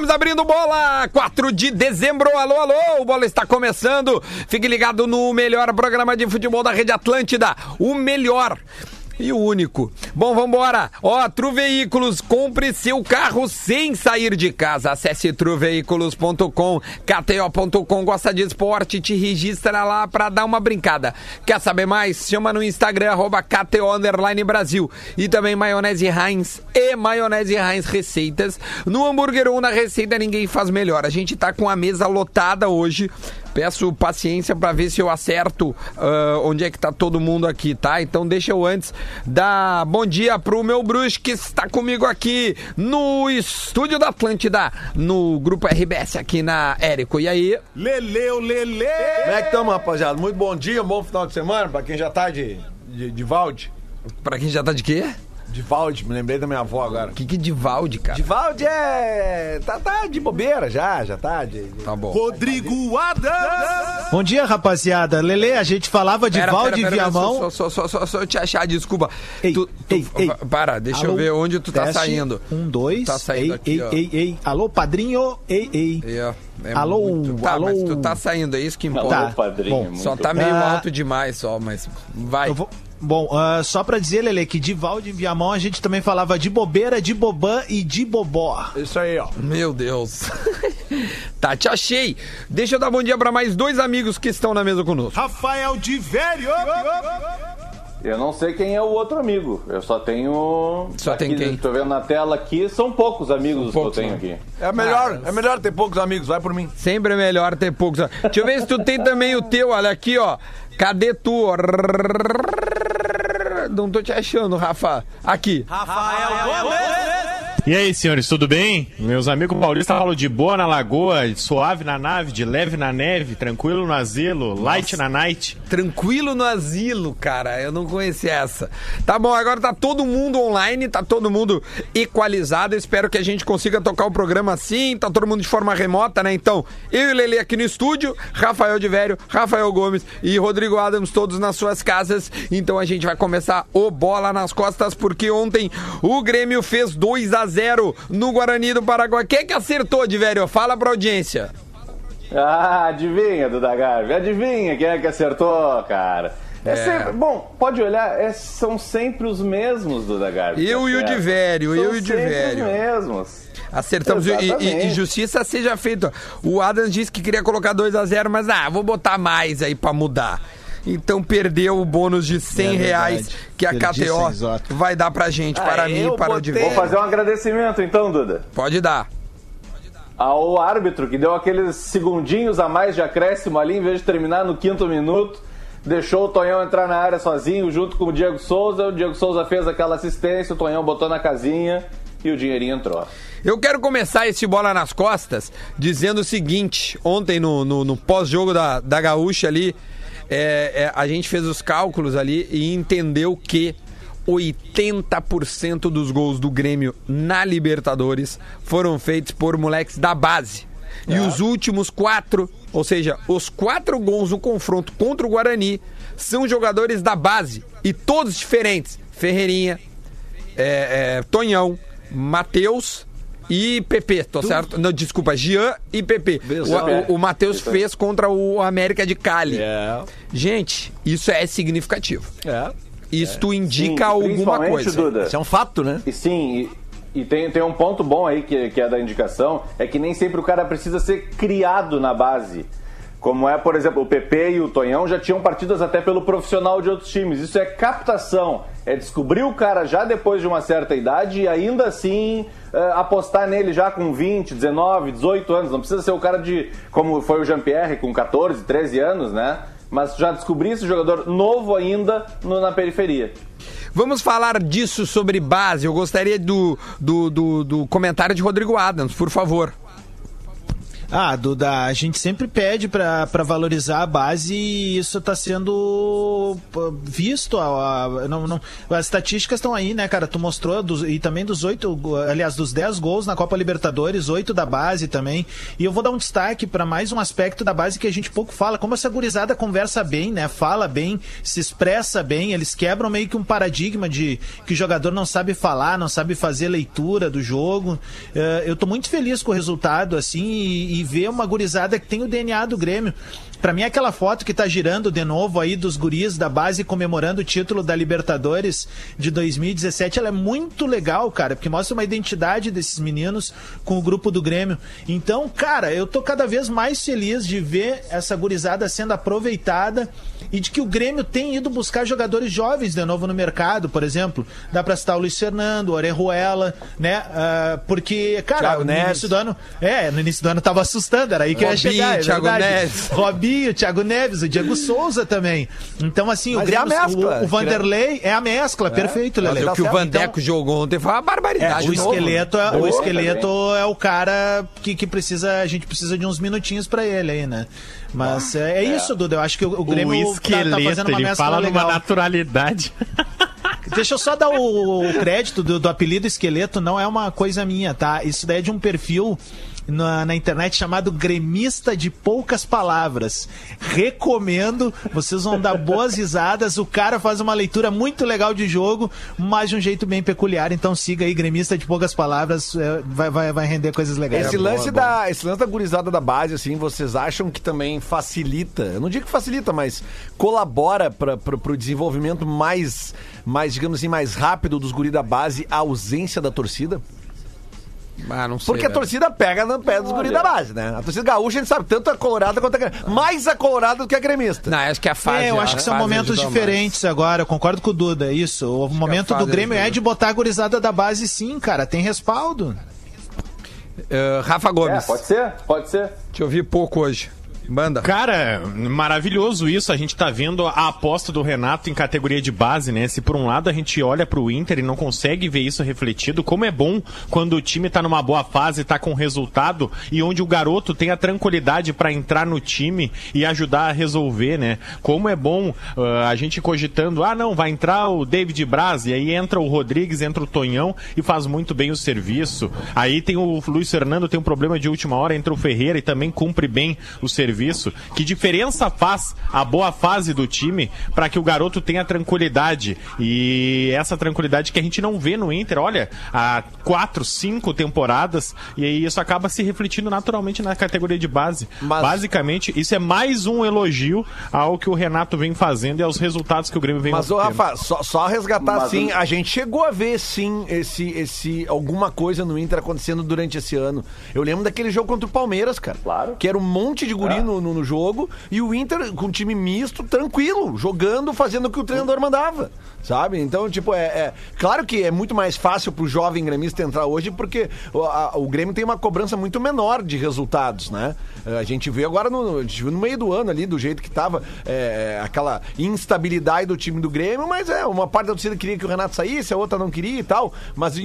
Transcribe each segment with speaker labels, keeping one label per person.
Speaker 1: Gomes abrindo bola, 4 de dezembro, alô, alô, o Bola está começando, fique ligado no melhor programa de futebol da Rede Atlântida, o melhor e o único. Bom, vambora. Tru Veículos, compre seu carro sem sair de casa. Acesse truveículos.com, kto.com. Gosta de esporte? Te registra lá pra dar uma brincada. Quer saber mais? Chama no Instagram, @KTO_Brasil. E também maionese Heinz e maionese Heinz receitas. No Hambúrguer 1, na receita ninguém faz melhor. A gente tá com a mesa lotada hoje. Peço paciência pra ver se eu acerto onde é que tá todo mundo aqui, tá? Então deixa eu antes dar bom dia pro meu bruxo que está comigo aqui no estúdio da Atlântida, no Grupo RBS aqui na Érico. E aí?
Speaker 2: Lele! Como é que estamos, rapaziada? Muito bom dia, um bom final de semana pra quem já tá de Valde.
Speaker 1: Pra quem já tá de quê?
Speaker 2: De Valde, me lembrei da minha avó agora.
Speaker 1: O que é de Valde, cara?
Speaker 2: De Valde é... Tá de bobeira já tá de...
Speaker 1: Tá bom.
Speaker 2: Rodrigo Adams!
Speaker 3: Bom dia, rapaziada. Lele, a gente falava de Valde e Viamão.
Speaker 1: Só eu te achar, desculpa.
Speaker 3: Ei.
Speaker 1: Para, deixa eu ver onde tu tá saindo.
Speaker 3: 1, 2.
Speaker 1: Tá saindo aqui, ó.
Speaker 3: Ei. Alô, padrinho. Ei. Alô.
Speaker 1: Mas tu tá saindo, é isso que importa.
Speaker 3: Tá.
Speaker 4: Padrinho,
Speaker 3: Bom,
Speaker 1: só tá meio alto demais, mas vai.
Speaker 3: Bom, só pra dizer, Lele, que de Valde e Viamão a gente também falava de bobeira, de bobã e de bobó.
Speaker 2: Isso aí, ó.
Speaker 1: Meu Deus. Tá, te achei. Deixa eu dar bom dia pra mais 2 amigos que estão na mesa conosco.
Speaker 2: Rafael de Velho!
Speaker 4: Eu não sei quem é o outro amigo. Eu só tenho...
Speaker 1: Só tem quem?
Speaker 4: Tô vendo na tela aqui, são poucos amigos que eu tenho aqui.
Speaker 2: É melhor ter poucos amigos, vai por mim.
Speaker 1: Sempre é melhor ter poucos. Deixa eu ver se tu tem também o teu, olha aqui, ó. Cadê tu? Não tô te achando, Rafa. Aqui.
Speaker 2: Rafael Gomes!
Speaker 5: E aí, senhores, tudo bem? Meus amigos paulistas falam de boa na lagoa, de suave na nave, de leve na neve, tranquilo no asilo, light na night.
Speaker 1: Tranquilo no asilo, cara. Eu não conhecia essa. Tá bom, agora tá todo mundo online, tá todo mundo equalizado. Espero que a gente consiga tocar o programa assim. Tá todo mundo de forma remota, né? Então, eu e o Lele aqui no estúdio, Rafael de Velho, Rafael Gomes e Rodrigo Adams, todos nas suas casas. Então a gente vai começar o Bola nas Costas, porque ontem o Grêmio fez 2-0 no Guarani do Paraguai. Quem é que acertou, de Velho? Fala pra audiência.
Speaker 4: Adivinha, Duda Garbi, adivinha quem é que acertou, cara. Sempre, bom, pode olhar, são sempre os mesmos, Duda Garbi.
Speaker 1: Eu e o de Velho, eu e o de Velho.
Speaker 4: São sempre os mesmos.
Speaker 1: Acertamos e justiça seja feita. O Adams disse que queria colocar 2-0, mas vou botar mais aí pra mudar. Então perdeu o bônus de R$100 que a KTO vai dar pra gente, para mim e para o Diver.
Speaker 4: Vou fazer um agradecimento então, Duda.
Speaker 1: Pode dar.
Speaker 4: Ao árbitro que deu aqueles segundinhos a mais de acréscimo ali, em vez de terminar no 5º minuto, deixou o Tonhão entrar na área sozinho junto com o Diego Souza. O Diego Souza fez aquela assistência, o Tonhão botou na casinha e o dinheirinho entrou.
Speaker 1: Eu quero começar esse Bola nas Costas dizendo o seguinte: ontem no pós-jogo da Gaúcha ali, a gente fez os cálculos ali e entendeu que 80% dos gols do Grêmio na Libertadores foram feitos por moleques da base. E os últimos 4, ou seja, os 4 gols no confronto contra o Guarani são jogadores da base e todos diferentes. Ferreirinha, Tonhão, Matheus e PP, tô certo? Não, desculpa, Jean e PP. O Matheus fez contra o América de Cali. Gente, isso é significativo. Isto indica alguma coisa.
Speaker 4: Duda,
Speaker 2: isso é um fato, né?
Speaker 4: E sim, e tem um ponto bom aí que é da indicação, é que nem sempre o cara precisa ser criado na base. Como é, por exemplo, o PP e o Tonhão já tinham partidas até pelo profissional de outros times. Isso é captação, é descobrir o cara já depois de uma certa idade e ainda assim apostar nele já com 20, 19, 18 anos. Não precisa ser o cara como foi o Jean-Pierre com 14, 13 anos, né? Mas já descobrir esse jogador novo ainda na periferia.
Speaker 1: Vamos falar disso sobre base. Eu gostaria do comentário de Rodrigo Adams, por favor.
Speaker 3: Duda, a gente sempre pede pra valorizar a base e isso tá sendo visto. As estatísticas estão aí, né, cara? Tu mostrou, e também dos 10 gols na Copa Libertadores, 8 da base também. E eu vou dar um destaque pra mais um aspecto da base que a gente pouco fala. Como essa gurizada conversa bem, né? Fala bem, se expressa bem. Eles quebram meio que um paradigma de que o jogador não sabe falar, não sabe fazer leitura do jogo. Eu tô muito feliz com o resultado, assim, e ver uma gurizada que tem o DNA do Grêmio. Pra mim, aquela foto que tá girando de novo aí dos guris da base comemorando o título da Libertadores de 2017, ela é muito legal, cara, porque mostra uma identidade desses meninos com o grupo do Grêmio. Então, cara, eu tô cada vez mais feliz de ver essa gurizada sendo aproveitada e de que o Grêmio tem ido buscar jogadores jovens de novo no mercado, por exemplo. Dá pra citar o Luiz Fernando, o Orejuela, né? Porque, cara, no início do ano tava assustando, era aí que eu ia chegar,
Speaker 1: Thiago Neves.
Speaker 3: Robinho, Thiago Neves, o Diego Souza também. Então, assim, o Grêmio, o Vanderlei é a mescla, perfeito, Lelê.
Speaker 1: O que o Vandeco jogou ontem foi uma barbaridade.
Speaker 3: O esqueleto é o cara que precisa, a gente precisa de uns minutinhos pra ele aí, né? Mas é isso, Duda, eu acho que o Grêmio tá fazendo uma mescla
Speaker 5: fala
Speaker 3: legal.
Speaker 5: Numa naturalidade.
Speaker 3: Deixa eu só dar o crédito do apelido esqueleto, não é uma coisa minha, tá? Isso daí é de um perfil na internet chamado Gremista de Poucas Palavras. Recomendo, vocês vão dar boas risadas. O cara faz uma leitura muito legal de jogo, mas de um jeito bem peculiar. Então siga aí, Gremista de Poucas Palavras, vai render coisas legais.
Speaker 2: Esse lance da gurizada da base, assim, vocês acham que também facilita? Eu não digo que facilita, mas colabora pro desenvolvimento mais, digamos assim, mais rápido dos guris da base, a ausência da torcida?
Speaker 1: Não sei,
Speaker 2: porque a torcida pega no pé dos guris da base, né? A torcida gaúcha, a gente sabe, tanto a colorada quanto a gremista. Mais a colorada do que a gremista.
Speaker 1: Não, acho que a fase...
Speaker 3: eu acho que são momentos diferentes agora, eu concordo com o Duda, isso. O momento do Grêmio é de botar a gurizada da base, sim, cara, tem respaldo.
Speaker 1: Rafa Gomes.
Speaker 4: Pode ser.
Speaker 1: Te ouvi pouco hoje. Manda.
Speaker 5: Cara, maravilhoso isso. A gente tá vendo a aposta do Renato em categoria de base, né? Se por um lado a gente olha pro Inter e não consegue ver isso refletido, como é bom quando o time tá numa boa fase, tá com resultado e onde o garoto tem a tranquilidade pra entrar no time e ajudar a resolver, né? Como é bom a gente cogitando, não, vai entrar o David Braz e aí entra o Rodrigues, entra o Tonhão e faz muito bem o serviço. Aí tem o Luiz Fernando, tem um problema de última hora, entra o Ferreira e também cumpre bem o serviço. Que diferença faz a boa fase do time para que o garoto tenha tranquilidade? E essa tranquilidade que a gente não vê no Inter, olha, há 4, 5 temporadas, e aí isso acaba se refletindo naturalmente na categoria de base. Basicamente, isso é mais um elogio ao que o Renato vem fazendo e aos resultados que o Grêmio vem obtendo.
Speaker 2: Mas, Rafa, só resgatar, assim, a gente chegou a ver, sim, alguma coisa no Inter acontecendo durante esse ano. Eu lembro daquele jogo contra o Palmeiras, cara.
Speaker 4: Claro.
Speaker 2: Que era um monte de guri no jogo, e o Inter com um time misto, tranquilo, jogando, fazendo o que o treinador mandava, sabe? Então, tipo, claro que é muito mais fácil pro jovem gremista entrar hoje, porque o Grêmio tem uma cobrança muito menor de resultados, né? A gente viu agora no meio do ano ali, do jeito que tava aquela instabilidade do time do Grêmio, mas uma parte da torcida queria que o Renato saísse, a outra não queria e tal, mas...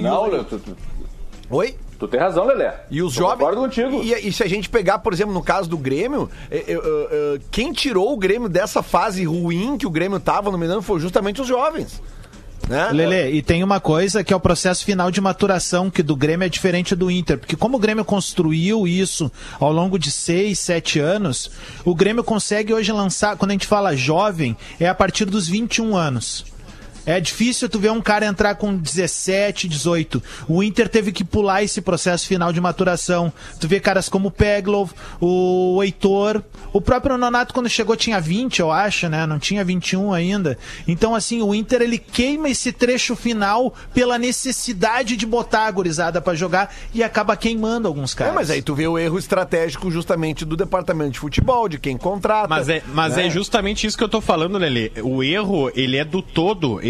Speaker 2: Oi?
Speaker 4: Tu tem razão, Lelé.
Speaker 2: E os jovens.
Speaker 4: Concordo contigo.
Speaker 2: E se a gente pegar, por exemplo, no caso do Grêmio, quem tirou o Grêmio dessa fase ruim que o Grêmio tava no Mineirão foi justamente os jovens. Né?
Speaker 3: Lelê, e tem uma coisa que é o processo final de maturação, que do Grêmio é diferente do Inter, porque como o Grêmio construiu isso ao longo de 6, 7 anos, o Grêmio consegue hoje lançar, quando a gente fala jovem, é a partir dos 21 anos. É difícil tu ver um cara entrar com 17, 18. O Inter teve que pular esse processo final de maturação. Tu vê caras como o Peglov, o Heitor, o próprio Nonato quando chegou tinha 20, eu acho, né? Não tinha 21 ainda. Então, assim, o Inter, ele queima esse trecho final pela necessidade de botar a gurizada pra jogar e acaba queimando alguns caras.
Speaker 2: Mas aí tu vê o erro estratégico justamente do departamento de futebol, de quem contrata.
Speaker 5: Mas é justamente isso que eu tô falando, Lelê. O erro, ele é do todo.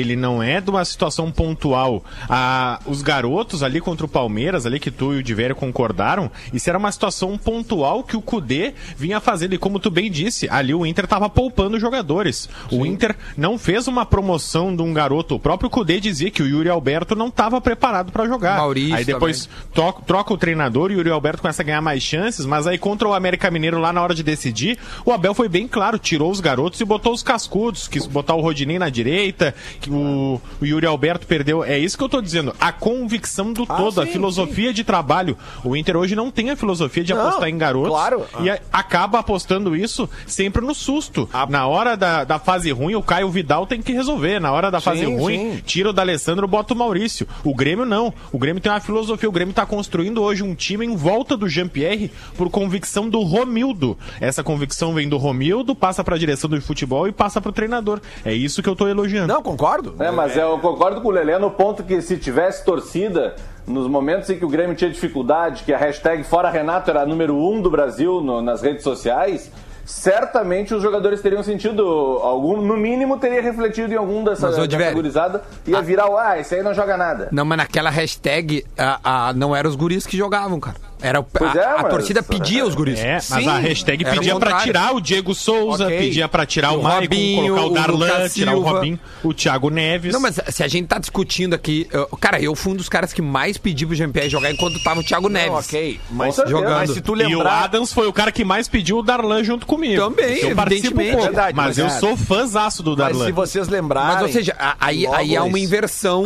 Speaker 5: ele não é de uma situação pontual. Os garotos ali contra o Palmeiras, ali que tu e o Divério concordaram, isso era uma situação pontual que o Kudê vinha fazendo. E como tu bem disse, ali o Inter estava poupando jogadores. O Inter não fez uma promoção de um garoto. O próprio Kudê dizia que o Yuri Alberto não estava preparado para jogar.
Speaker 1: Maurício
Speaker 5: aí depois troca o treinador e o Yuri Alberto começa a ganhar mais chances, mas aí contra o América Mineiro lá na hora de decidir, o Abel foi bem claro, tirou os garotos e botou os cascudos, quis botar o Rodinei na direita, que o Yuri Alberto perdeu. É isso que eu tô dizendo, a convicção do todo, a filosofia de trabalho. O Inter hoje não tem a filosofia de apostar em garotos, e acaba apostando isso sempre no susto. Na hora da fase ruim, o Caio Vidal tem que resolver. Na hora da fase ruim, tira o D'Alessandro, bota o Maurício. O Grêmio não. O Grêmio tem uma filosofia. O Grêmio tá construindo hoje um time em volta do Jean-Pierre por convicção do Romildo. Essa convicção vem do Romildo, passa pra direção do futebol e passa pro treinador. É isso que eu tô elogiando.
Speaker 2: Não, concordo.
Speaker 4: Mas eu concordo com o Lelê no ponto que se tivesse torcida, nos momentos em que o Grêmio tinha dificuldade, que a hashtag Fora Renato era a número 1 do Brasil nas redes sociais, certamente os jogadores teriam sentido algum, no mínimo teria refletido em algum dessa gurizada, ia virar esse aí não joga nada.
Speaker 1: Não, mas naquela hashtag não eram os guris que jogavam, cara. A torcida pedia os guris.
Speaker 5: Mas a hashtag pedia pra tirar o Diego Souza, pedia pra tirar o Maicon, colocar o Darlan, tirar o Robinho, o Thiago Neves.
Speaker 1: Não, mas se a gente tá discutindo aqui... Cara, eu fui um dos caras que mais pedi pro Jean-Pierre jogar enquanto tava o Thiago Neves.
Speaker 2: Mas
Speaker 1: jogando.
Speaker 2: Mas se tu lembrar...
Speaker 5: E o Adams foi o cara que mais pediu o Darlan junto comigo.
Speaker 1: Também,
Speaker 5: eu participo um pouco,
Speaker 2: verdade,
Speaker 5: mas eu sou fãzaço do Darlan.
Speaker 2: Mas se vocês lembrarem...
Speaker 1: Mas, ou seja, aí há uma inversão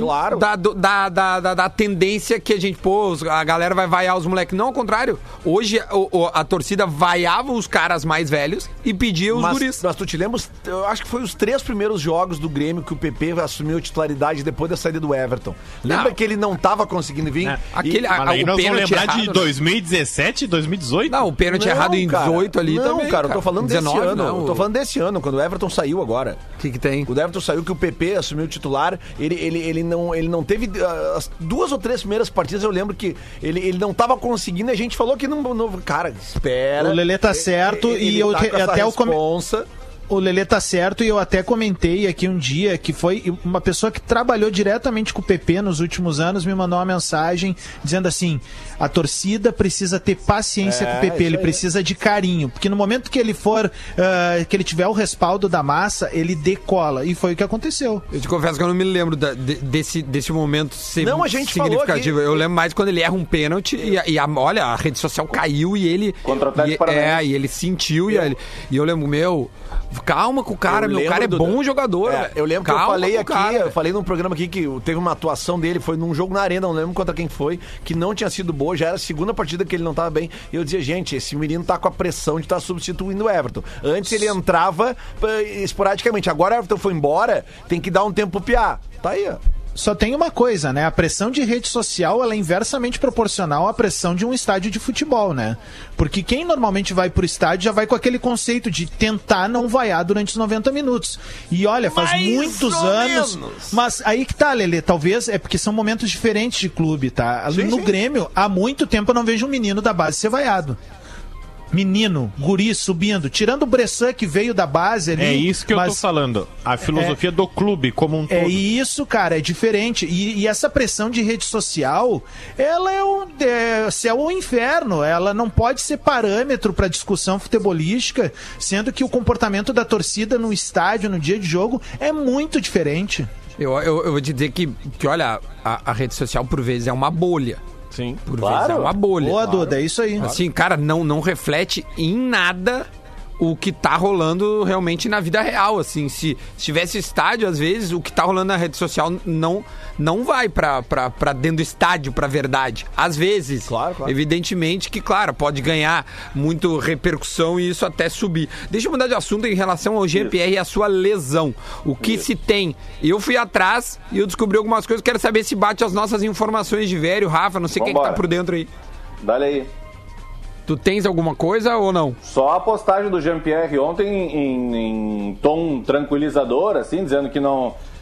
Speaker 1: da tendência que a gente... a galera vai vaiar os moleques. Não, ao contrário. Hoje a torcida vaiava os caras mais velhos e pedia os guris.
Speaker 2: Mas tu te lembra, eu acho que foi os 3 primeiros jogos do Grêmio que o PP assumiu a titularidade depois da saída do Everton. Lembra que ele não tava conseguindo vir?
Speaker 5: Aí nós vamos lembrar de 2017, 2018?
Speaker 1: Não, o pênalti errado em 18 ali também.
Speaker 2: Não, cara, eu tô falando
Speaker 1: 19,
Speaker 2: desse ano.
Speaker 1: não.
Speaker 2: Eu tô falando desse ano, quando o Everton saiu agora.
Speaker 1: O que tem?
Speaker 2: O Everton saiu, que o PP assumiu o titular, ele não teve... As 2 ou 3 primeiras partidas eu lembro que ele não tava conseguindo, a gente falou que não... Cara, espera.
Speaker 3: O Lelê tá certo e eu até o Lelê tá certo e eu até comentei aqui um dia que foi uma pessoa que trabalhou diretamente com o PP nos últimos anos, me mandou uma mensagem dizendo assim, a torcida precisa ter paciência com o PP, ele precisa de carinho, porque no momento que ele for, que ele tiver o respaldo da massa, ele decola, e foi o que aconteceu.
Speaker 1: Eu te confesso que eu não me lembro desse momento
Speaker 2: não, a gente
Speaker 1: significativo. Eu lembro mais quando ele erra um pênalti olha, a rede social caiu e ele... e ele sentiu e eu lembro, calma com o cara, meu cara é bom jogador.
Speaker 2: Eu lembro que eu falei aqui, eu falei num programa aqui que teve uma atuação dele, foi num jogo na Arena, não lembro contra quem foi, que não tinha sido boa, já era a segunda partida que ele não tava bem. E eu dizia, gente, esse menino tá com a pressão de estar substituindo o Everton. Antes ele entrava esporadicamente, agora o Everton foi embora, tem que dar um tempo pro Piá. Tá aí, ó.
Speaker 3: Só tem uma coisa, né? A pressão de rede social, ela é inversamente proporcional à pressão de um estádio de futebol, né? Porque quem normalmente vai pro estádio já vai com aquele conceito de tentar não vaiar durante os 90 minutos. E olha, faz muitos anos... Mas aí que tá, Lelê, talvez é porque são momentos diferentes de clube, tá? No Grêmio, há muito tempo eu não vejo um menino da base ser vaiado. Menino, guri subindo, tirando o Bressan que veio da base ali.
Speaker 5: É isso que eu tô falando. A filosofia do clube como um todo.
Speaker 3: É isso, cara, é diferente. E essa pressão de rede social, ela é céu ou inferno. Ela não pode ser parâmetro para discussão futebolística, sendo que o comportamento da torcida no estádio, no dia de jogo, é muito diferente.
Speaker 1: Eu vou te dizer que olha, a rede social por vezes é uma bolha.
Speaker 2: Sim,
Speaker 1: por vezes é uma bolha.
Speaker 3: Boa, Duda, é isso aí.
Speaker 1: Assim, cara, não reflete em nada o que tá rolando realmente na vida real, assim. Se tivesse estádio, às vezes, o que tá rolando na rede social não vai pra dentro do estádio, pra verdade. Às vezes. Claro. Evidentemente que, claro, pode ganhar muito repercussão e isso até subir. Deixa eu mudar de assunto em relação ao Jean-Pierre e a sua lesão. O que se tem? Eu fui atrás e eu descobri algumas coisas. Quero saber se bate as nossas informações de velho, Rafa, não sei quem é que tá por dentro aí.
Speaker 4: Dá-lhe aí.
Speaker 1: Tu tens alguma coisa ou não?
Speaker 4: Só a postagem do Jean-Pierre ontem em tom tranquilizador, assim, dizendo que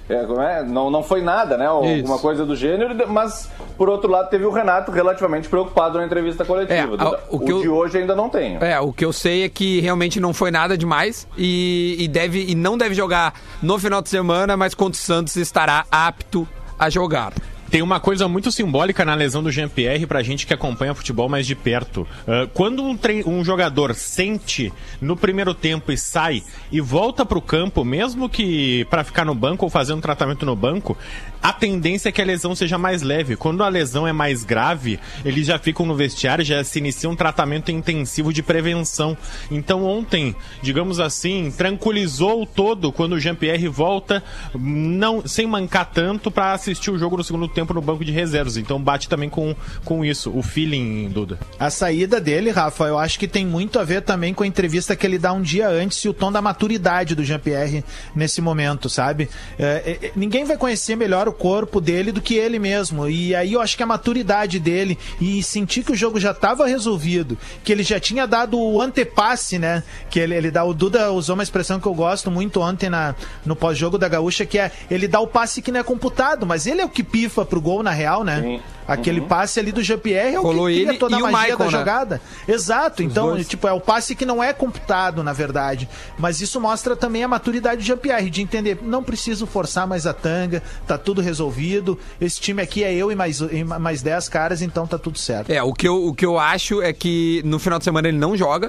Speaker 4: Não foi nada, né? Ou alguma coisa do gênero, mas por outro lado teve o Renato relativamente preocupado na entrevista coletiva. De hoje ainda não tenho.
Speaker 1: O que eu sei é que realmente não foi nada demais e não deve jogar no final de semana, mas contra o Santos estará apto a jogar.
Speaker 5: Tem uma coisa muito simbólica na lesão do Jean-Pierre pra gente que acompanha futebol mais de perto. Quando um jogador sente no primeiro tempo e sai e volta pro campo, mesmo que pra ficar no banco ou fazer um tratamento no banco, a tendência é que a lesão seja mais leve. Quando a lesão é mais grave, eles já ficam no vestiário, já se inicia um tratamento intensivo de prevenção. Então ontem, digamos assim, tranquilizou o todo quando o Jean-Pierre volta, sem mancar tanto pra assistir o jogo no segundo tempo no banco de reservas, então bate também com isso, o feeling, Duda.
Speaker 3: A saída dele, Rafa, eu acho que tem muito a ver também com a entrevista que ele dá um dia antes e o tom da maturidade do Jean-Pierre nesse momento, sabe? Ninguém vai conhecer melhor o corpo dele do que ele mesmo, e aí eu acho que a maturidade dele e sentir que o jogo já estava resolvido, que ele já tinha dado o antepasse, né? Que ele dá, o Duda usou uma expressão que eu gosto muito ontem no pós-jogo da Gaúcha, que é ele dá o passe que não é computado, mas ele é o que pifa pro gol, na real, né? Sim. Aquele passe ali do Jean-Pierre é o que cria toda a magia da jogada. Exato, então, é o passe que não é computado, na verdade. Mas isso mostra também a maturidade do Jean-Pierre, de entender, não preciso forçar mais a tanga, tá tudo resolvido, esse time aqui é eu e mais 10 caras, então tá tudo certo.
Speaker 1: O que eu acho é que no final de semana ele não joga,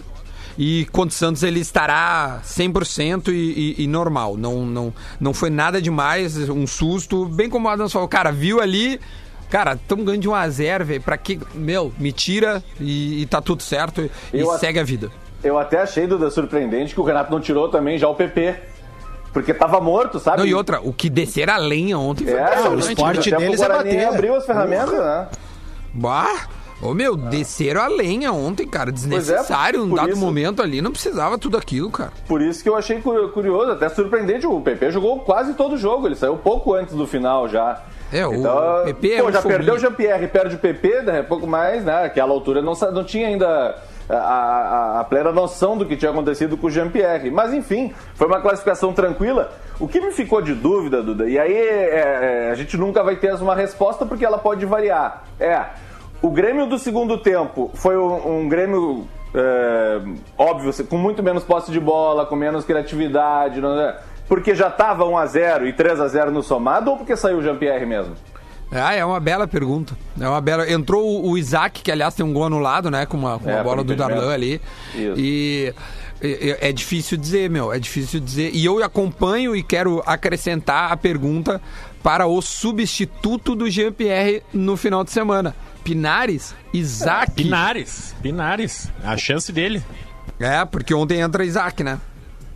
Speaker 1: e contra o Santos ele estará 100% e normal. Não foi nada demais, um susto. Bem como o Adams falou, cara, viu ali, cara, estamos ganhando de 1-0, velho. Pra que, me tira e tá tudo certo e segue a vida.
Speaker 4: Eu até achei, Duda, surpreendente que o Renato não tirou também já o PP. Porque tava morto, sabe?
Speaker 1: Não, e outra, o que descer a lenha ontem foi
Speaker 3: o esporte deles é bater.
Speaker 4: Abriu as ferramentas, né?
Speaker 1: Desceram a lenha ontem, cara. Desnecessário, num dado momento ali, não precisava tudo aquilo, cara.
Speaker 4: Por isso que eu achei curioso, até surpreendente. O PP jogou quase todo o jogo, ele saiu pouco antes do final já. Então,
Speaker 1: o PP
Speaker 4: já perdeu o Jean-Pierre, perde o PP, daí a pouco mais, né? Aquela altura não tinha ainda a plena noção do que tinha acontecido com o Jean-Pierre. Mas enfim, foi uma classificação tranquila. O que me ficou de dúvida, Duda, e aí a gente nunca vai ter uma resposta porque ela pode variar. O Grêmio do segundo tempo foi um Grêmio, óbvio, com muito menos posse de bola, com menos criatividade, porque já estava 1-0 e 3-0 no somado, ou porque saiu o Jean-Pierre mesmo?
Speaker 1: É uma bela pergunta. Entrou o Isaac, que aliás tem um gol anulado, né? Com uma bola do Darlan ali. Isso. E é difícil dizer, é difícil dizer. E eu acompanho e quero acrescentar a pergunta para o substituto do Jean-Pierre no final de semana. Pinares, Isaac.
Speaker 5: Pinares. A chance dele.
Speaker 1: Porque ontem entra Isaac, né?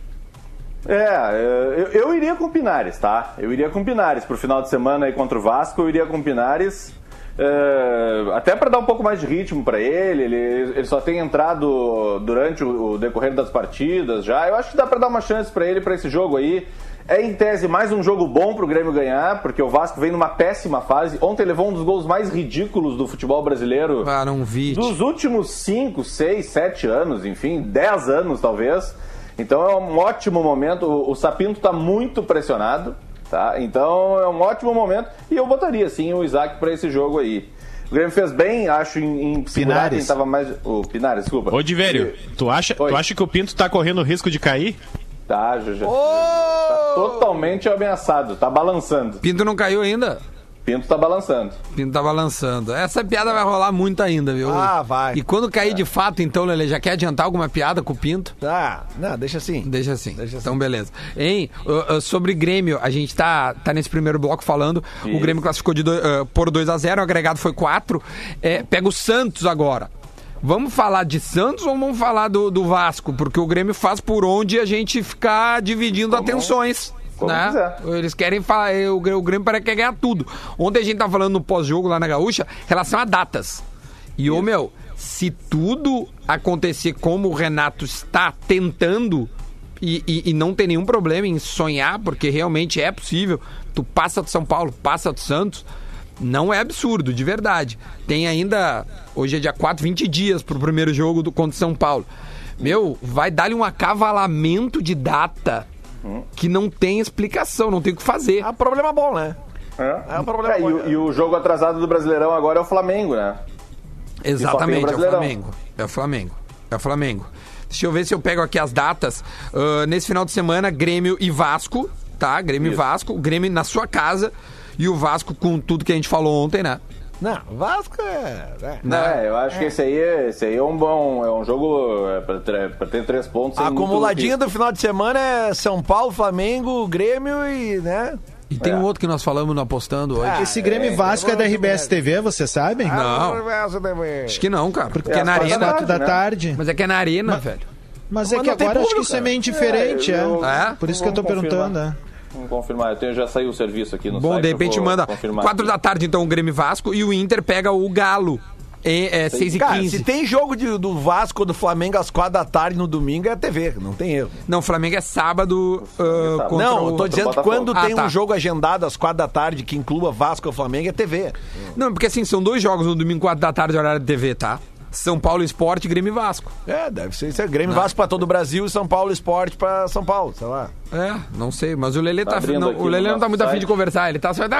Speaker 4: Eu iria com o Pinares, tá? Eu iria com o Pinares pro final de semana aí contra o Vasco, eu iria com o Pinares. Até para dar um pouco mais de ritmo para ele só tem entrado durante o decorrer das partidas já. Eu acho que dá para dar uma chance para ele para esse jogo aí. É, em tese, mais um jogo bom pro Grêmio ganhar, porque o Vasco vem numa péssima fase. Ontem levou um dos gols mais ridículos do futebol brasileiro dos últimos 5, 6, 7 anos, enfim, 10 anos talvez. Então é um ótimo momento. O Sapinto tá muito pressionado, tá? Então é um ótimo momento. E eu botaria, sim, o Isaac para esse jogo aí. O Grêmio fez bem, acho, em segurar quem tava mais... O Pinares, desculpa.
Speaker 5: Ô, Divério, tu acha que o Pinto tá correndo risco de cair?
Speaker 4: Tá, já tá totalmente ameaçado, tá balançando.
Speaker 1: Pinto não caiu ainda?
Speaker 4: Pinto tá balançando. Essa piada vai rolar muito ainda, viu?
Speaker 2: Vai.
Speaker 1: E quando cair de fato, então, Lelê, já quer adiantar alguma piada com o Pinto?
Speaker 2: Não, deixa assim.
Speaker 1: Deixa assim. Então, beleza. Sobre Grêmio, a gente tá nesse primeiro bloco falando. Isso. O Grêmio classificou por 2-0, o agregado foi 4. Pega o Santos agora. Vamos falar de Santos ou vamos falar do Vasco? Porque o Grêmio faz por onde a gente ficar dividindo atenções. Né? Eles querem falar, o Grêmio parece que quer ganhar tudo. Ontem a gente tá falando no pós-jogo lá na Gaúcha, em relação a datas. E, se tudo acontecer como o Renato está tentando, e não tem nenhum problema em sonhar, porque realmente é possível, tu passa do São Paulo, passa do Santos, não é absurdo, de verdade. Tem ainda, hoje é dia 4, 20 dias pro primeiro jogo contra o São Paulo. Vai dar-lhe um acavalamento de data que não tem explicação, não tem o que fazer.
Speaker 2: É um problema bom, né?
Speaker 4: É
Speaker 2: um problema bom.
Speaker 4: E o jogo atrasado do Brasileirão agora é o Flamengo, né?
Speaker 1: Exatamente, é o Flamengo. Deixa eu ver se eu pego aqui as datas. Nesse final de semana, Grêmio e Vasco, tá? Grêmio e Vasco, o Grêmio na sua casa e o Vasco com tudo que a gente falou ontem, né?
Speaker 2: Não, o Vasco
Speaker 4: eu acho que esse aí é um bom. É um jogo pra ter 3 pontos.
Speaker 2: A acumuladinha do final de semana é São Paulo, Flamengo, Grêmio e, né?
Speaker 1: E tem um outro que nós falamos no Apostando hoje.
Speaker 3: Esse Grêmio Vasco é da RBS TV, vocês sabem?
Speaker 1: Não. Acho que não, cara. Porque é na
Speaker 3: Às
Speaker 1: arena.
Speaker 3: 4 da tarde.
Speaker 1: Mas é que é na arena, velho.
Speaker 3: Mas é que agora acho que isso é meio indiferente, Por isso que eu tô perguntando,
Speaker 4: Vamos confirmar, já saiu o serviço aqui no site.
Speaker 1: Bom, de repente manda 4 da tarde, então, o Grêmio e Vasco, e o Inter pega o Galo. 6h15.
Speaker 2: Cara, se tem jogo do Vasco ou do Flamengo às 4 da tarde no domingo, é TV, não tem erro.
Speaker 1: Não, o Flamengo é sábado contra
Speaker 2: eu tô dizendo que quando tem
Speaker 1: tá.
Speaker 2: um jogo agendado às 4 da tarde que inclua Vasco ou Flamengo, é TV.
Speaker 1: Não, porque assim, são 2 jogos no domingo, 4 da tarde, horário de TV, tá? São Paulo Esporte e Grêmio e Vasco.
Speaker 2: Deve ser isso. Grêmio e Vasco pra todo o Brasil e São Paulo Esporte pra São Paulo, sei lá.
Speaker 1: Não sei, mas o Lelê o Lelê não tá muito afim de conversar, ele tá só...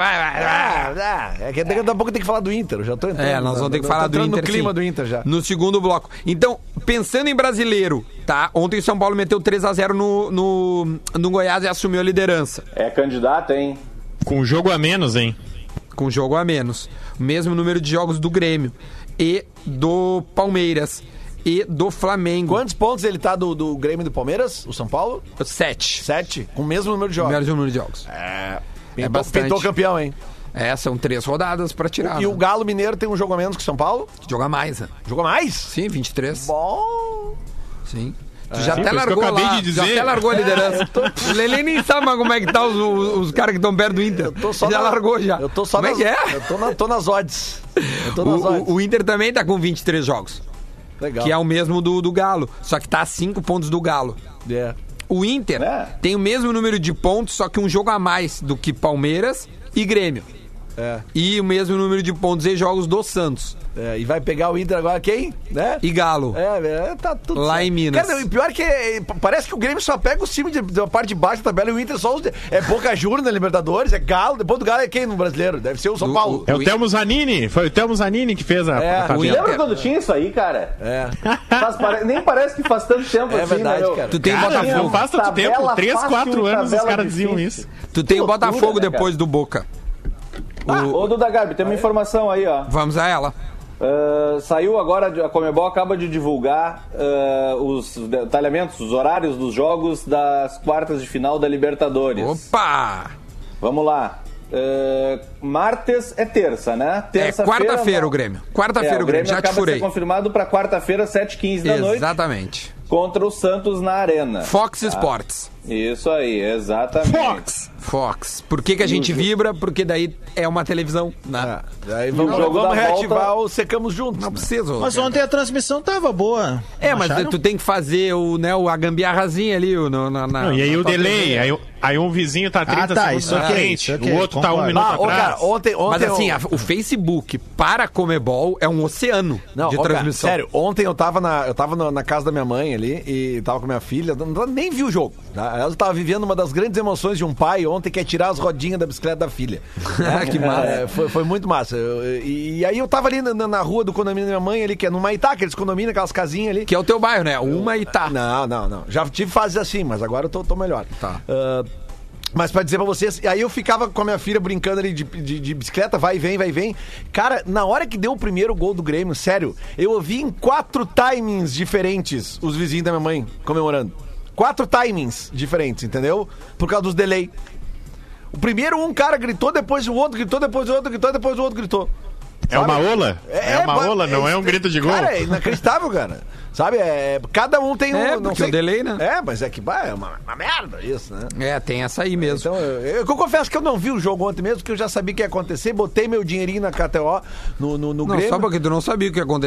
Speaker 2: É que daqui a pouco tem que falar do Inter, eu já tô entrando.
Speaker 1: Nós vamos ter que falar do Inter,
Speaker 2: no clima do Inter já.
Speaker 1: No segundo bloco. Então, pensando em brasileiro, tá? Ontem o São Paulo meteu 3-0 no Goiás e assumiu a liderança.
Speaker 4: É candidato, hein?
Speaker 5: Com jogo a menos, hein?
Speaker 1: Com jogo a menos. O mesmo número de jogos do Grêmio e do Palmeiras e do Flamengo.
Speaker 2: Quantos pontos ele tá do Grêmio e do Palmeiras? O São Paulo?
Speaker 1: 7.
Speaker 2: 7? Com o mesmo número de jogos.
Speaker 1: Mesmo número de jogos. Bastante.
Speaker 2: Pintou campeão, hein?
Speaker 1: São 3 rodadas pra tirar.
Speaker 2: E o Galo Mineiro tem um jogo a menos que o São Paulo?
Speaker 1: Joga mais, né?
Speaker 2: Joga mais?
Speaker 1: Sim, 23.
Speaker 2: Bom.
Speaker 1: Sim. Tu já até
Speaker 5: Sim,
Speaker 1: largou
Speaker 5: que eu acabei
Speaker 1: lá,
Speaker 5: de dizer.
Speaker 1: já até largou a liderança. O Lelê nem sabe mais como é que tá os caras que estão perto do Inter. Já largou já.
Speaker 2: Eu tô só
Speaker 1: como é que é?
Speaker 2: Eu tô nas odds.
Speaker 1: O Inter também tá com 23 jogos.
Speaker 2: Legal.
Speaker 1: Que é o mesmo do Galo. Só que tá a 5 pontos do Galo. O Inter tem o mesmo número de pontos, só que um jogo a mais do que Palmeiras e Grêmio. E o mesmo número de pontos em jogos do Santos.
Speaker 2: E vai pegar o Inter agora quem? Né?
Speaker 1: E Galo.
Speaker 2: Tá tudo
Speaker 1: lá
Speaker 2: certo.
Speaker 1: em Minas.
Speaker 2: Cara, o pior é que parece que o Grêmio só pega os times da parte de baixo da tabela e o Inter só é Boca Juniors na Libertadores, é Galo, depois do Galo é quem no Brasileiro? Deve ser o São Paulo.
Speaker 5: É o Thelmo Zanini, foi o Thelmo Zanini que fez a
Speaker 4: Lembra quando tinha isso aí, cara? Nem parece que faz tanto tempo assim,
Speaker 2: verdade,
Speaker 4: né,
Speaker 2: cara.
Speaker 1: Tu tem o
Speaker 5: Não
Speaker 1: Botafogo.
Speaker 5: faz tanto tempo, 3, 4 anos os caras diziam isso.
Speaker 1: Tu tem o Botafogo
Speaker 4: né,
Speaker 1: depois do Boca.
Speaker 4: Ô, Duda Garbi, tem uma informação aí, ó.
Speaker 1: Vamos a ela.
Speaker 4: Saiu agora, a Conmebol acaba de divulgar os detalhamentos, os horários dos jogos das quartas de final da Libertadores.
Speaker 1: Opa!
Speaker 4: Vamos lá. Martes é terça, né?
Speaker 1: Quarta-feira o Grêmio. Quarta-feira o Grêmio, já te furei.
Speaker 4: Acaba de ser confirmado para quarta-feira, 7h15 da noite.
Speaker 1: Exatamente.
Speaker 4: Contra o Santos na Arena.
Speaker 1: Fox Sports.
Speaker 4: Isso aí, exatamente.
Speaker 1: Fox. Por que a gente vibra? Porque daí é uma televisão, né?
Speaker 2: Aí vamos reativar o Secamos Juntos.
Speaker 1: Não precisa.
Speaker 3: Mas ontem a transmissão tava boa.
Speaker 1: Mas tu tem que fazer a gambiarrazinha ali.
Speaker 5: E aí o delay, aí um vizinho tá 30 segundos na frente, o outro tá 1 minuto atrás.
Speaker 2: Cara, ontem
Speaker 1: mas assim, o Facebook para a Conmebol é um oceano de transmissão.
Speaker 2: Cara, sério, ontem eu tava na casa da minha mãe ali e tava com minha filha, nem vi o jogo. Tá? Ela tava vivendo uma das grandes emoções de um pai ontem, que é tirar as rodinhas da bicicleta da filha.
Speaker 1: Que massa.
Speaker 2: Foi muito massa. E aí eu tava ali na rua do condomínio da minha mãe ali, que é no Maitá, aqueles condomínios, aquelas casinhas ali.
Speaker 1: Que é o teu bairro, né? Uma e tá.
Speaker 2: Não. Já tive fases assim, mas agora eu tô melhor.
Speaker 1: Tá.
Speaker 2: Mas pra dizer pra vocês, aí eu ficava com a minha filha brincando ali de bicicleta, vai e vem. Cara, na hora que deu o primeiro gol do Grêmio, sério, eu ouvi em 4 timings diferentes os vizinhos da minha mãe comemorando. 4 timings diferentes, entendeu? Por causa dos delay. O primeiro um cara gritou, depois o outro gritou, depois o outro gritou, depois o outro gritou.
Speaker 5: É uma ola? É uma ola, não é um grito de gol?
Speaker 2: Cara, é inacreditável, cara. Sabe, cada um tem um...
Speaker 1: não sei o delay, né?
Speaker 2: Mas é que é uma merda isso, né?
Speaker 1: Tem essa aí mesmo.
Speaker 2: Então, eu confesso que eu não vi o jogo ontem mesmo, porque eu já sabia o que ia acontecer, botei meu dinheirinho na KTO no Grêmio.
Speaker 1: Só porque tu não sabia o que ia acontecer.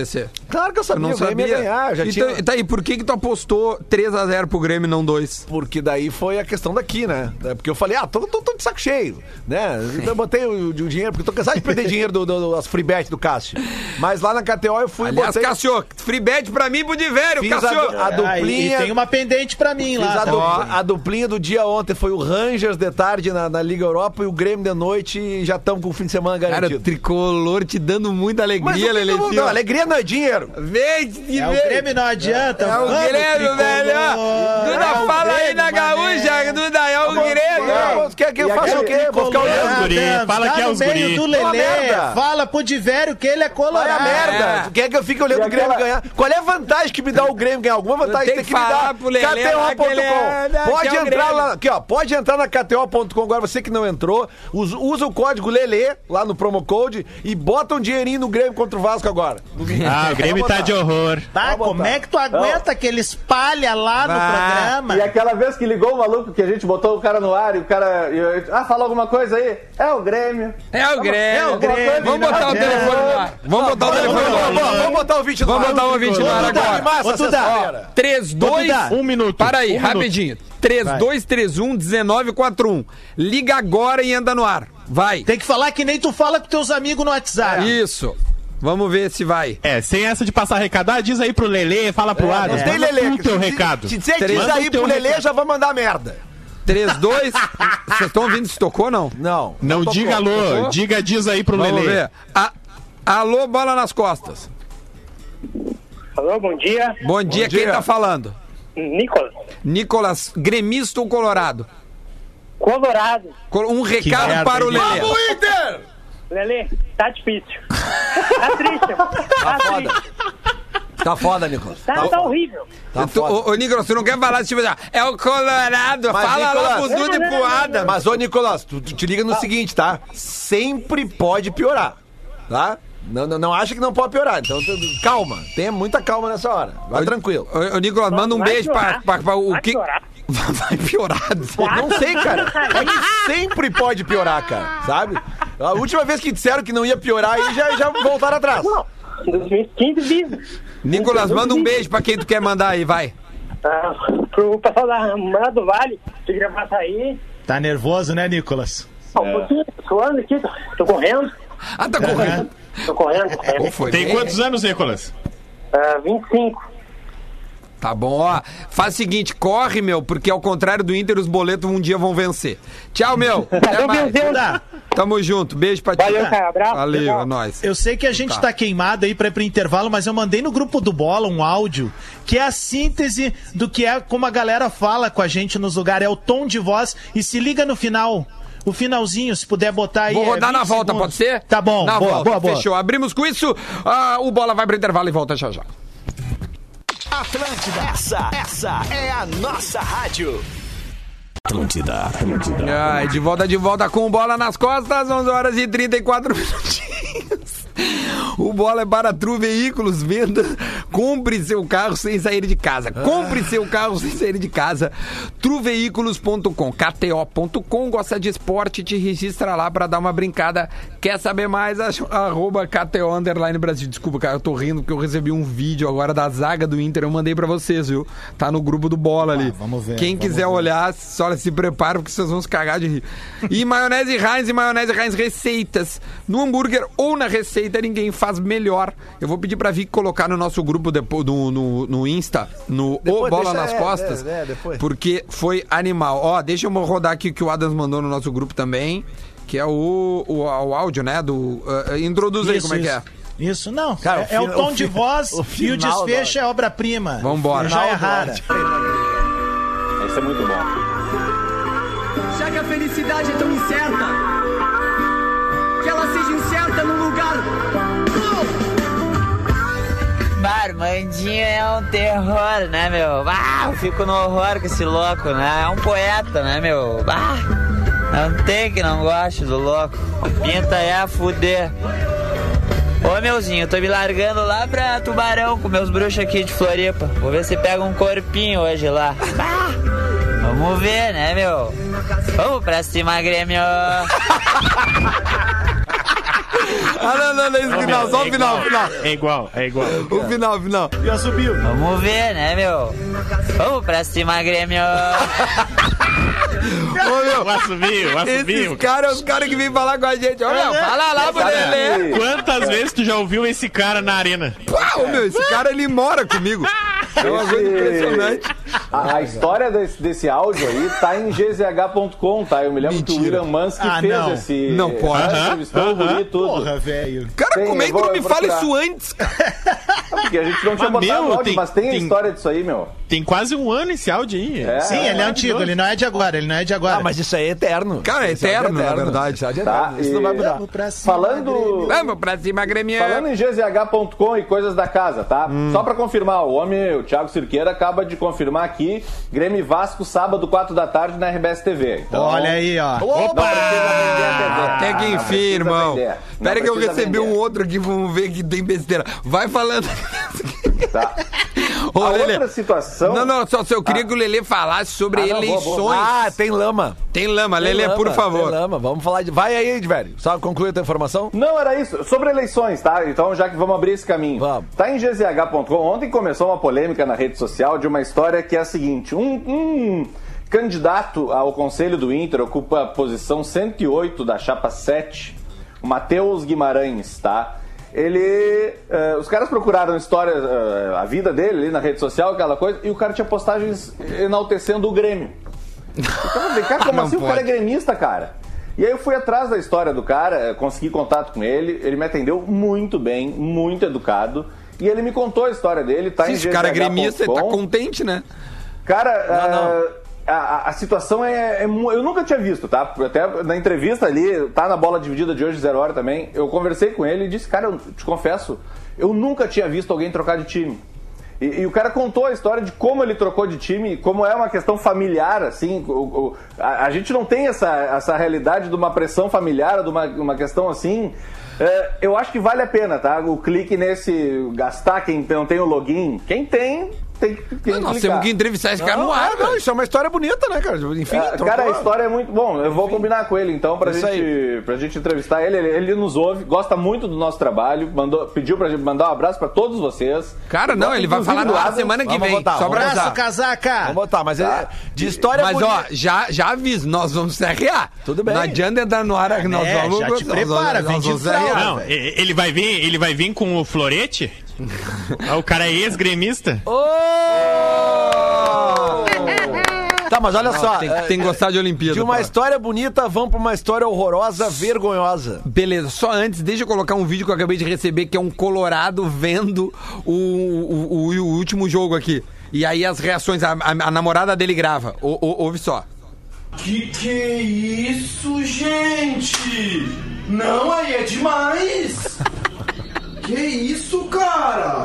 Speaker 2: Claro que eu sabia,
Speaker 1: não
Speaker 2: o Grêmio
Speaker 1: sabia.
Speaker 2: ia ganhar. Já
Speaker 1: Então,
Speaker 2: tinha...
Speaker 1: tá aí, por que tu apostou 3-0 pro Grêmio e não 2?
Speaker 2: Porque daí foi a questão daqui, né? Porque eu falei, tô de saco cheio, né? Então eu botei o dinheiro, porque tô cansado de perder dinheiro das free bet do Cássio. Mas lá na KTO eu fui...
Speaker 1: Aliás,
Speaker 2: botei...
Speaker 1: Cássio, free bet pra mim e pro Divério,
Speaker 2: Fiz
Speaker 1: Cássio.
Speaker 2: a duplinha...
Speaker 3: E tem uma pendente pra mim lá.
Speaker 2: A duplinha do dia ontem foi o Rangers de tarde na Liga Europa e o Grêmio de noite, e já estamos com o fim de semana
Speaker 1: Cara,
Speaker 2: garantido.
Speaker 1: o tricolor te dando muita alegria, Lelê.
Speaker 2: Não, alegria não é dinheiro.
Speaker 1: Vem,
Speaker 3: O Grêmio não adianta.
Speaker 1: É o
Speaker 3: vamos,
Speaker 1: Grêmio,
Speaker 3: tricolor.
Speaker 1: velho. Duda, fala aí na gaúcha, Duda, é o Grêmio.
Speaker 2: Quer que eu faça o quê? Vou ficar olhando.
Speaker 5: Guri, fala que é os
Speaker 3: no meio
Speaker 5: guri.
Speaker 3: do
Speaker 2: Fala
Speaker 3: Lelê.
Speaker 2: merda.
Speaker 3: Fala pro Divério que ele é
Speaker 2: Vai
Speaker 3: colorado.
Speaker 2: a merda. Tu quer que eu fique olhando o Grêmio ganhar? Qual é a vantagem que me dá o Grêmio ganhar? Alguma vantagem
Speaker 1: Tem
Speaker 2: tem
Speaker 1: que
Speaker 2: que me
Speaker 1: falar
Speaker 2: dar.
Speaker 1: pro Lelê lá que ele é
Speaker 2: KTO.com. Pode
Speaker 1: que é o
Speaker 2: entrar
Speaker 1: Grêmio.
Speaker 2: lá. Aqui, ó. Pode entrar na KTO.com agora. Você que não entrou, usa o código Lelê lá no promo code e bota um dinheirinho no Grêmio contra o Vasco agora.
Speaker 5: Ah, o Grêmio tá de horror.
Speaker 3: Tá, como é que tu aguenta que ele espalha lá no programa?
Speaker 4: E aquela vez que ligou o maluco, que a gente botou o cara no ar e o cara... fala alguma coisa aí? É o Grêmio.
Speaker 1: É o Grêmio. Vamos botar o
Speaker 4: É.
Speaker 1: telefone no ar. Vamos botar o telefone no ar.
Speaker 2: Vamos botar o 20 no ar.
Speaker 1: Vamos botar o 20 no ar agora.
Speaker 3: Ô, Duda,
Speaker 1: 3-2...
Speaker 5: Um minuto.
Speaker 1: Para aí,
Speaker 5: Um minuto.
Speaker 1: rapidinho. 3231-1941. Liga agora e anda no ar. Vai.
Speaker 3: tem que falar que nem tu fala com teus amigos no WhatsApp.
Speaker 1: Isso. Vamos ver se vai.
Speaker 5: Sem essa de passar recado, diz aí pro Lelê, fala pro Adam.
Speaker 2: Não tem Lelê.
Speaker 5: o teu recado.
Speaker 2: Se você diz
Speaker 5: Manda
Speaker 2: aí
Speaker 5: o teu
Speaker 2: pro Lelê,
Speaker 5: recado.
Speaker 2: já vai mandar merda.
Speaker 1: 3-2... Vocês estão ouvindo se tocou ou não?
Speaker 2: Não.
Speaker 5: Não
Speaker 2: tocou.
Speaker 5: diga alô, diz aí pro
Speaker 1: Vamos
Speaker 5: Lelê.
Speaker 1: ver. Alô, bola nas costas.
Speaker 6: Alô, bom dia.
Speaker 1: Bom dia, quem
Speaker 2: dia.
Speaker 1: tá falando?
Speaker 6: Nicolas.
Speaker 1: Nicolas, gremista ou colorado?
Speaker 6: Colorado.
Speaker 1: Um recado
Speaker 5: merda,
Speaker 1: para o
Speaker 5: hein?
Speaker 1: Lelê.
Speaker 2: Vamos, Inter!
Speaker 6: Lelê, tá difícil. Tá triste. Tá triste.
Speaker 2: Tá foda, Nicolas.
Speaker 6: Tá horrível.
Speaker 2: Tá
Speaker 1: Tu,
Speaker 2: foda.
Speaker 1: ô, Nicolas, tu não quer falar tipo assim, é o colorado,
Speaker 2: Mas,
Speaker 1: fala lá
Speaker 2: Nicolas,
Speaker 1: pro Duda e pro Adam.
Speaker 2: Mas, ô, Nicolas, tu te liga no seguinte, tá? Sempre pode piorar, tá? Não acha que não pode piorar. Então, calma. Tenha muita calma nessa hora. Vai tranquilo.
Speaker 1: Ô, Nicolas, manda um
Speaker 6: Vai
Speaker 1: beijo
Speaker 6: piorar.
Speaker 1: pra o
Speaker 6: Vai
Speaker 1: que...
Speaker 6: piorar.
Speaker 1: Vai piorar.
Speaker 2: Não sei, cara. É que sempre pode piorar, cara. Sabe? A última vez que disseram que não ia piorar, aí já voltaram atrás.
Speaker 6: Não, 2015 business.
Speaker 1: Nicolas, manda um beijo pra quem tu quer mandar aí, vai.
Speaker 6: Pro pessoal da Mara do Vale, de Gravataí.
Speaker 3: Tá nervoso, né, Nicolas?
Speaker 6: Um pouquinho, suando aqui, tô correndo.
Speaker 1: Ah, tá correndo.
Speaker 6: Tô correndo.
Speaker 1: Ou foi?
Speaker 5: Tem quantos anos, Nicolas?
Speaker 6: 25.
Speaker 1: Tá bom, ó. Faz o seguinte, corre, meu, porque ao contrário do Inter, os boletos um dia vão vencer. Tchau, meu. Até mais. Tamo junto. Beijo pra ti.
Speaker 6: Valeu, cara. Abraço.
Speaker 1: Valeu,
Speaker 6: Legal.
Speaker 1: é nóis.
Speaker 3: Eu sei que a gente tá queimado aí pra ir pro intervalo, mas eu mandei no grupo do Bola um áudio que é a síntese do que é como a galera fala com a gente nos lugares. É o tom de voz. E se liga no final. O finalzinho, se puder botar aí.
Speaker 1: Vou rodar
Speaker 3: 20
Speaker 1: na volta,
Speaker 3: segundos.
Speaker 1: pode ser?
Speaker 3: Tá bom,
Speaker 1: Na
Speaker 3: boa,
Speaker 1: volta,
Speaker 3: boa, boa.
Speaker 1: fechou. Abrimos com isso, o Bola vai pro intervalo e volta já já.
Speaker 7: Atlântida, essa é a nossa rádio.
Speaker 1: Ai, de volta com Bola nas costas, 11 horas e 34 minutinhos. O Bola é para Tru Veículos, venda, compre seu carro sem sair de casa. Compre seu carro sem sair de casa. Truveículos.com, KTO.com, gosta de esporte, te registra lá pra dar uma brincada. Quer saber mais? Arroba KTO_Brasil. Desculpa, cara, eu tô rindo porque eu recebi um vídeo agora da zaga do Inter, eu mandei pra vocês, viu? Tá no grupo do Bola ali.
Speaker 3: Vamos ver.
Speaker 1: Quem quiser olhar, só se prepara porque vocês vão se cagar de rir. E maionese Heinz receitas. No hambúrguer ou na receita, ninguém faz melhor. Eu vou pedir pra Vicky colocar no nosso grupo depois, no Insta, no
Speaker 2: Depois
Speaker 1: O Bola
Speaker 2: deixa-
Speaker 1: nas Costas,
Speaker 2: depois.
Speaker 1: porque foi animal. Ó, deixa eu rodar aqui o que o Adams mandou no nosso grupo também, que é o áudio, né? Introduz aí como é que é.
Speaker 3: Isso, não.
Speaker 2: Cara,
Speaker 3: é o tom de voz
Speaker 2: o
Speaker 3: e o
Speaker 2: final
Speaker 3: desfecho é obra-prima.
Speaker 1: Vambora.
Speaker 3: Já é rara.
Speaker 4: Isso é muito bom.
Speaker 8: Já que a felicidade é tão incerta, que ela seja incerta num lugar.
Speaker 9: Armandinho é um terror, né, meu? Eu fico no horror com esse louco, né? É um poeta, né, meu? Não tem que não goste do louco. Pinta é a fuder. Ô, meuzinho, tô me largando lá pra Tubarão com meus bruxos aqui de Floripa. Vou ver se pega um corpinho hoje lá. Vamos ver, né, meu? Vamos pra cima, Grêmio!
Speaker 1: Não, esse final, só o final.
Speaker 5: É igual.
Speaker 1: O final.
Speaker 3: Já subiu.
Speaker 9: Vamos ver, né, meu? Vamos pra cima, Grêmio.
Speaker 1: Ô, meu,
Speaker 5: O assobio.
Speaker 1: esses caras, os caras que vêm falar com a gente. Ô, meu, fala lá pro Lelê.
Speaker 5: Quantas vezes tu já ouviu esse cara na arena?
Speaker 1: Pô, meu, esse cara, ele mora comigo. É uma coisa impressionante.
Speaker 4: A história desse áudio aí tá em gzh.com, tá? Eu me lembro que o William Musk fez
Speaker 3: não.
Speaker 4: esse...
Speaker 1: Não pode.
Speaker 4: Entrevistou o guri e tudo.
Speaker 3: Porra, velho.
Speaker 1: Cara,
Speaker 4: Sim,
Speaker 1: como é que
Speaker 4: eu vou
Speaker 1: tu me fala
Speaker 4: procurar.
Speaker 1: isso antes?
Speaker 4: Porque a gente não tinha
Speaker 5: Mas,
Speaker 4: botado
Speaker 5: meu,
Speaker 4: áudio, mas tem a
Speaker 5: tem-
Speaker 4: história disso aí, meu.
Speaker 5: Tem quase um ano esse áudio aí.
Speaker 3: Sim, ele é antigo, ele não é de agora,
Speaker 2: Ah, mas isso aí é eterno.
Speaker 1: Cara, é
Speaker 2: Isso aí
Speaker 1: eterno, na verdade.
Speaker 2: Isso aí é
Speaker 4: Tá,
Speaker 2: eterno. Isso não vai mudar.
Speaker 3: Vamos pra cima,
Speaker 4: Falando
Speaker 1: Vamos pra cima, Grêmio.
Speaker 4: em gzh.com e coisas da casa, tá? Só pra confirmar, o Thiago Cirqueira, acaba de confirmar aqui, Grêmio e Vasco, sábado, 4 da tarde, na RBS TV. Então,
Speaker 3: Olha aí, ó.
Speaker 4: não precisa vender a TV.
Speaker 1: Até que
Speaker 4: Não
Speaker 1: enfim,
Speaker 4: precisa
Speaker 1: irmão.
Speaker 4: vender. Não
Speaker 1: Pera que eu
Speaker 4: precisa
Speaker 1: recebi
Speaker 4: vender.
Speaker 1: um outro aqui, vamos ver que tem besteira. Vai falando.
Speaker 4: Tá.
Speaker 1: Ô,
Speaker 4: A
Speaker 1: Lelê.
Speaker 4: outra situação...
Speaker 1: Não, só eu queria que o Lelê falasse sobre
Speaker 4: não,
Speaker 1: eleições.
Speaker 4: boa.
Speaker 2: Ah, tem lama.
Speaker 1: Tem lama, Lelê,
Speaker 2: Tem
Speaker 1: por
Speaker 2: lama,
Speaker 1: favor.
Speaker 2: tem lama. Vamos falar de... Vai aí, velho. Só conclui a tua informação?
Speaker 4: Não, era isso. Sobre eleições, tá? Então, já que vamos abrir esse caminho.
Speaker 2: Vamos.
Speaker 4: Tá em gzh.com. Ontem começou uma polêmica na rede social de uma história que é a seguinte. Um candidato ao Conselho do Inter ocupa a posição 108 da chapa 7, o Matheus Guimarães, tá? Os caras procuraram história, a vida dele ali na rede social, aquela coisa, e o cara tinha postagens enaltecendo o Grêmio. Então, cara, como
Speaker 1: Não
Speaker 4: assim o cara é gremista, cara? E aí eu fui atrás da história do cara, consegui contato com ele me atendeu muito bem, muito educado, e ele me contou a história dele, tá
Speaker 1: Se
Speaker 4: em
Speaker 1: esse cara é gremista, ele tá
Speaker 4: gzh.com.
Speaker 1: contente, né?
Speaker 4: Cara, a situação eu nunca tinha visto, tá? Até na entrevista ali, tá na bola dividida de hoje, 0 hora também, eu conversei com ele e disse, cara, eu te confesso, eu nunca tinha visto alguém trocar de time. E o cara contou a história de como ele trocou de time, como é uma questão familiar, assim, a gente não tem essa realidade de uma pressão familiar, de uma questão assim. Eu acho que vale a pena, tá? O clique nesse, gastar quem não tem o login, quem tem que
Speaker 1: Nós temos que entrevistar esse cara no ar,
Speaker 2: não,
Speaker 1: velho.
Speaker 2: isso é uma história bonita, né, cara? Enfim,
Speaker 4: cara, a história é muito bom. Eu vou combinar com ele, então, pra gente entrevistar ele. Ele nos ouve, gosta muito do nosso trabalho, pediu pra gente mandar um abraço pra todos vocês.
Speaker 1: Cara, não, ele vai falar no ar semana que vem.
Speaker 2: botar,
Speaker 1: Só pra
Speaker 3: Abraço,
Speaker 1: avisar.
Speaker 3: casaca.
Speaker 2: Vamos botar, mas de história
Speaker 1: Mas,
Speaker 2: bonita.
Speaker 1: ó, já aviso, nós vamos se arrear.
Speaker 2: Tudo bem.
Speaker 1: Não adianta entrar no ar que nós vamos...
Speaker 3: já te prepara, vem
Speaker 1: nós
Speaker 3: de
Speaker 1: vamos se
Speaker 3: fralda.
Speaker 1: arrear.
Speaker 5: Não, ele vai vir com o florete? O cara é ex-gremista?
Speaker 2: Tá, mas olha só.
Speaker 1: Tem que gostar de Olimpíada.
Speaker 2: De uma
Speaker 1: pô.
Speaker 2: história bonita, vamos pra uma história horrorosa, vergonhosa.
Speaker 1: Beleza, só antes, deixa eu colocar um vídeo que eu acabei de receber, que é um colorado vendo o último jogo aqui. E aí as reações, a namorada dele grava. Ouve só.
Speaker 10: Que é isso, gente? Não, aí é demais! Que isso, cara?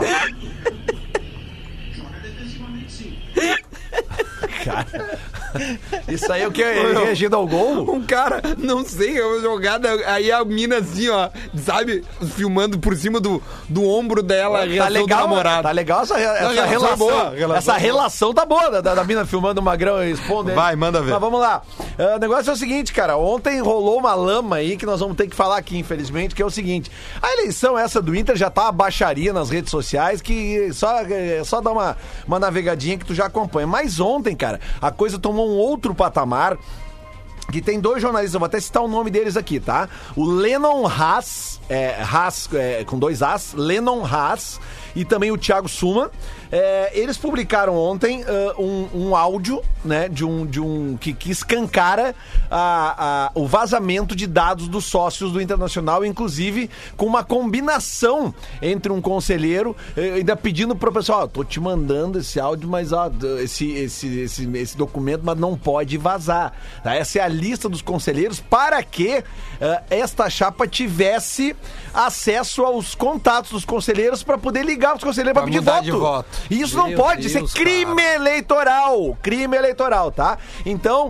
Speaker 2: Isso aí é o que? Ele reagindo ao gol?
Speaker 1: Um cara, não sei, é uma jogada, aí a mina assim, ó, sabe, filmando por cima do ombro dela, a
Speaker 2: Tá
Speaker 1: reação
Speaker 2: legal,
Speaker 1: do namorado.
Speaker 2: tá legal essa relação.
Speaker 1: boa,
Speaker 2: Essa relação tá boa da mina filmando o Magrão e expondo ele.
Speaker 1: Vai, manda ver.
Speaker 2: Mas vamos lá. O negócio é o seguinte, cara. Ontem rolou uma lama aí que nós vamos ter que falar aqui, infelizmente, que é o seguinte. A eleição essa do Inter já tá uma baixaria nas redes sociais que só dá uma navegadinha que tu já acompanha. Mas ontem, cara, a coisa tomou um outro patamar. Que tem 2 jornalistas, eu vou até citar o nome deles aqui, tá? O Lennon Haas, com 2 As, Lennon Haas, e também o Thiago Suma. Eles publicaram ontem um áudio, né, de um que escancara o vazamento de dados dos sócios do Internacional, inclusive com uma combinação entre um conselheiro, ainda pedindo pro pessoal, tô te mandando esse áudio, mas ó, esse documento, mas não pode vazar. Tá? Essa é a lista dos conselheiros para que esta chapa tivesse acesso aos contatos dos conselheiros para poder ligar os conselheiros para pedir
Speaker 1: mudar de
Speaker 2: voto.
Speaker 1: voto.
Speaker 2: E isso não pode, isso é crime eleitoral. Crime eleitoral. eleitoral, tá? Então,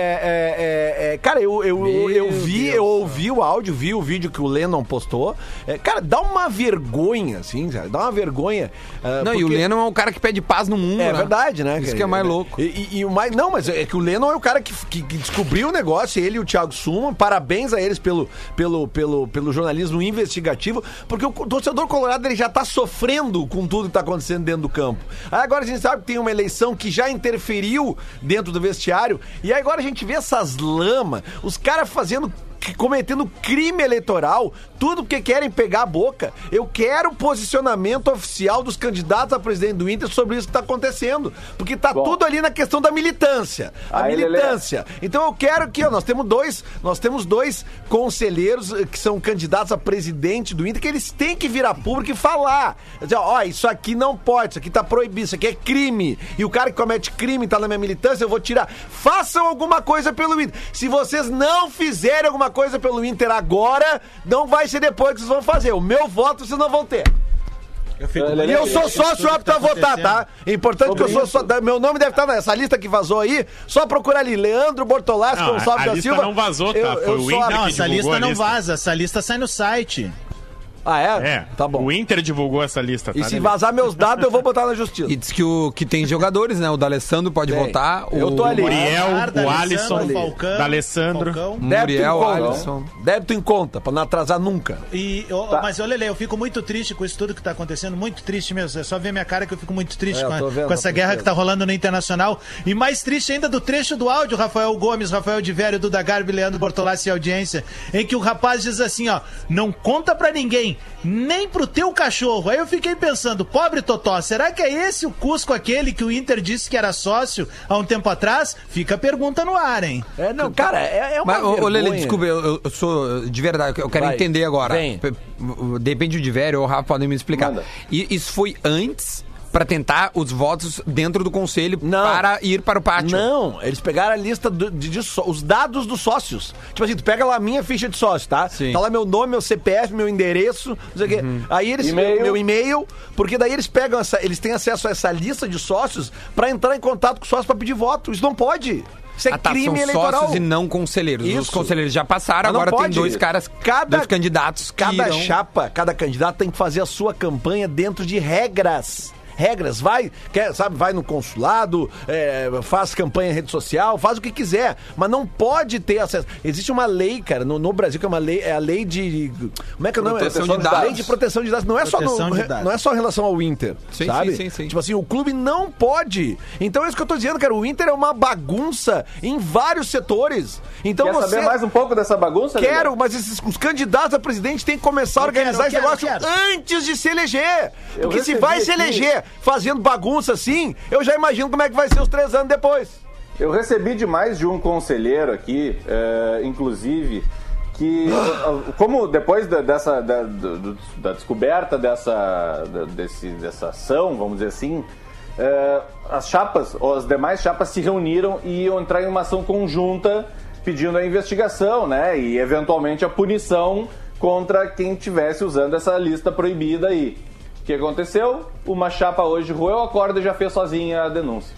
Speaker 2: cara, eu ouvi o áudio, vi o vídeo que o Lennon postou. Cara, dá uma vergonha, assim, sabe? Dá uma vergonha.
Speaker 1: Não, e o Lennon é o cara que pede paz no mundo,
Speaker 2: É verdade, né?
Speaker 1: Isso que é mais louco.
Speaker 2: E o mais... Não, mas é que o Lennon é o cara que descobriu o negócio, ele e o Thiago Suma. Parabéns a eles pelo jornalismo investigativo, porque o torcedor colorado ele já tá sofrendo com tudo que tá acontecendo dentro do campo. Aí agora a gente sabe que tem uma eleição que já interferiu dentro do vestiário, e aí agora a gente vê essas lamas, os caras cometendo crime eleitoral, tudo porque querem pegar a boca. Eu quero o posicionamento oficial dos candidatos a presidente do Inter sobre isso que está acontecendo, porque tá tudo ali na questão da militância. Então eu quero que, nós temos dois conselheiros que são candidatos a presidente do Inter, que eles têm que vir a público e falar, dizer, isso aqui não pode, isso aqui tá proibido, isso aqui é crime, e o cara que comete crime tá na minha militância, eu vou tirar. Façam alguma coisa pelo Inter. Se vocês não fizerem alguma coisa pelo Inter agora, não vai ser depois que vocês vão fazer. O meu voto vocês não vão ter. Eu sou sócio apto a votar, tá? É importante que eu sou sócio. Meu nome deve estar nessa lista que vazou aí. Só procura ali, Leandro Bortolassi Gonçalves da Silva.
Speaker 5: A lista não vazou, tá? Foi o Inter
Speaker 3: Não,
Speaker 5: que
Speaker 3: essa lista não vaza. Essa lista sai no site.
Speaker 2: Ah, é? Tá bom.
Speaker 5: O Inter divulgou essa lista, tá?
Speaker 2: E se vazar meus dados, eu vou botar na justiça.
Speaker 1: E diz que tem jogadores, né? O D'Alessandro pode votar.
Speaker 2: Eu tô ali.
Speaker 5: O Muriel, o Alisson, o D'Alessandro.
Speaker 2: Muriel, Alisson. Débito em conta, pra não atrasar nunca.
Speaker 3: Mas, olha, Lele, eu fico muito triste com isso tudo que tá acontecendo. Muito triste mesmo. É só ver minha cara que eu fico muito triste com essa guerra que tá rolando no Internacional. E mais triste ainda do trecho do áudio, Rafael Gomes, Rafael de Vério, Duda Garbi, Leandro Bortolassi e audiência, em que o rapaz diz assim, não conta pra ninguém, nem pro teu cachorro. Aí eu fiquei pensando, pobre Totó, será que é esse o Cusco aquele que o Inter disse que era sócio há um tempo atrás? Fica a pergunta no ar, hein?
Speaker 2: Cara, é uma vergonha.
Speaker 1: Ô, Lele, desculpa, eu sou, de verdade, eu quero entender agora. Depende de Vério, ou o Rafa podem me explicar. E isso foi antes... Pra tentar os votos dentro do conselho para ir para o pátio.
Speaker 2: Não, eles pegaram a lista os dados dos sócios. Tipo assim, tu pega lá a minha ficha de sócio, tá?
Speaker 1: Sim.
Speaker 2: Tá lá meu nome, meu CPF, meu endereço, não sei o quê. Aí eles... Meu e-mail, porque daí eles pegam eles têm acesso a essa lista de sócios pra entrar em contato com o sócio pra pedir voto. Isso não pode. Isso é crime eleitoral.
Speaker 1: São sócios e não conselheiros.
Speaker 2: Isso.
Speaker 1: Os conselheiros já passaram, agora tem dois caras, dois candidatos que
Speaker 2: cada candidato tem que fazer a sua campanha dentro de regras, vai no consulado, faz campanha em rede social, faz o que quiser, mas não pode ter acesso. Existe uma lei, cara, no Brasil, que é uma lei, é a lei de... Como é que é o nome? Lei de proteção de dados. Não é só em relação ao Inter, sabe? Sim. Tipo assim, o clube não pode. Então é isso que eu tô dizendo, cara, o Inter é uma bagunça em vários setores. Então
Speaker 4: Quer saber mais um pouco dessa bagunça?
Speaker 2: Quero, mas os candidatos a presidente têm que começar a organizar esse negócio antes de se eleger. Porque se vai se eleger fazendo bagunça assim, eu já imagino como é que vai ser os 3 anos depois.
Speaker 4: Eu recebi de mais de um conselheiro aqui, inclusive, que como depois da descoberta dessa ação, vamos dizer assim, as demais chapas se reuniram e iam entrar em uma ação conjunta pedindo a investigação, né, e eventualmente a punição contra quem estivesse usando essa lista proibida aí. O que aconteceu? Uma chapa hoje roeu a corda e já fez sozinha a denúncia.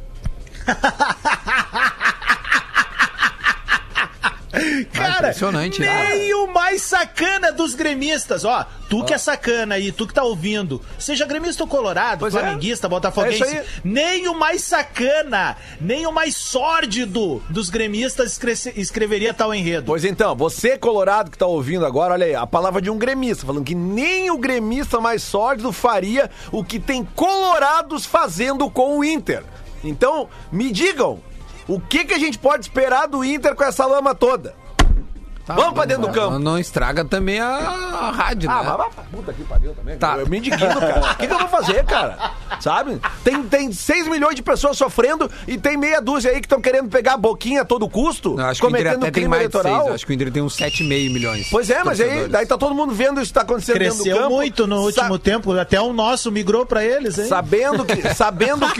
Speaker 3: Cara,
Speaker 1: impressionante,
Speaker 3: nem o mais sacana dos gremistas. Tu que é sacana aí, tu que tá ouvindo, seja gremista ou colorado, flamenguista, botafoguense, nem o mais sacana, nem o mais sórdido dos gremistas escreveria tal enredo.
Speaker 2: Pois então, você colorado que tá ouvindo agora, olha aí, a palavra de um gremista, falando que nem o gremista mais sórdido faria o que tem colorados fazendo com o Inter. Então, me digam, o que a gente pode esperar do Inter com essa lama toda? Vamos pra dentro do campo.
Speaker 1: Não estraga também a rádio, né?
Speaker 2: Vai pra puta que pariu também. Tá. Eu me indigno, cara. O que eu vou fazer, cara? Sabe? Tem 6 milhões de pessoas sofrendo e tem meia dúzia aí que estão querendo pegar a boquinha a todo custo,
Speaker 1: acho que
Speaker 2: cometendo
Speaker 1: o Inter até
Speaker 2: crime
Speaker 1: tem mais
Speaker 2: eleitoral.
Speaker 1: De 6. Acho que o Inter tem uns 7,5 milhões.
Speaker 2: Pois é, mas daí tá todo mundo vendo isso que tá acontecendo dentro do campo.
Speaker 3: Cresceu muito no último tempo, até o nosso migrou pra eles, hein?
Speaker 2: Sabendo que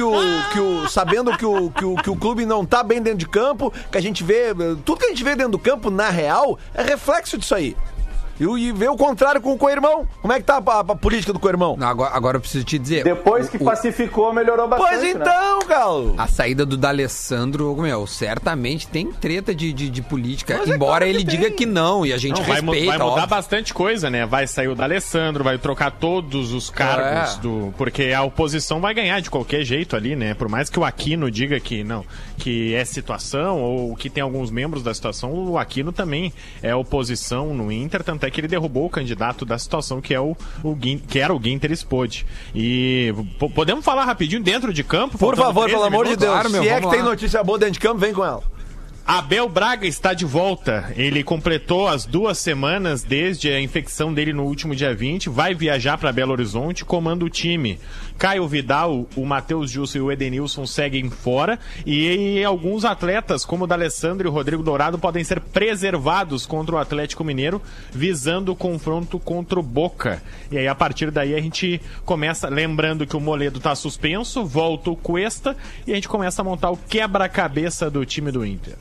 Speaker 2: o clube não tá bem dentro de campo, que a gente vê, tudo que a gente vê dentro do campo, na real, é reflexo disso aí. E ver o contrário com o co-irmão. Como é que tá a política do co-irmão?
Speaker 1: Agora eu preciso te dizer.
Speaker 4: Depois que pacificou, melhorou bastante.
Speaker 2: Pois então, Galo.
Speaker 1: A saída do D'Alessandro, certamente tem treta de política.
Speaker 2: Mas
Speaker 1: embora
Speaker 2: claro
Speaker 1: ele diga que não, e a gente
Speaker 5: Vai
Speaker 1: respeita.
Speaker 5: mudar
Speaker 1: óbvio.
Speaker 5: bastante coisa, né? Vai sair o D'Alessandro, vai trocar todos os cargos porque a oposição vai ganhar de qualquer jeito ali, né? Por mais que o Aquino diga que não, que é situação, ou que tem alguns membros da situação, o Aquino também é oposição no Inter, tanto é que ele derrubou o candidato da situação, que era o Ginter Spode. E podemos falar rapidinho dentro de campo?
Speaker 2: Por favor,
Speaker 5: 13
Speaker 2: pelo amor de
Speaker 5: minutos?
Speaker 2: Deus.
Speaker 1: Claro, meu,
Speaker 2: se é
Speaker 1: vamos
Speaker 2: que tem
Speaker 1: lá.
Speaker 2: notícia boa dentro de campo, vem com ela.
Speaker 5: Abel Braga está de volta. Ele completou as 2 semanas desde a infecção dele no último dia 20. Vai viajar para Belo Horizonte, comanda o time. Caio Vidal, o Matheus Jusso e o Edenilson seguem fora. E alguns atletas, como o D'Alessandro e o Rodrigo Dourado, podem ser preservados contra o Atlético Mineiro, visando o confronto contra o Boca. E aí, a partir daí, a gente começa, lembrando que o Moledo está suspenso, volta o Cuesta, e a gente começa a montar o quebra-cabeça do time do Inter.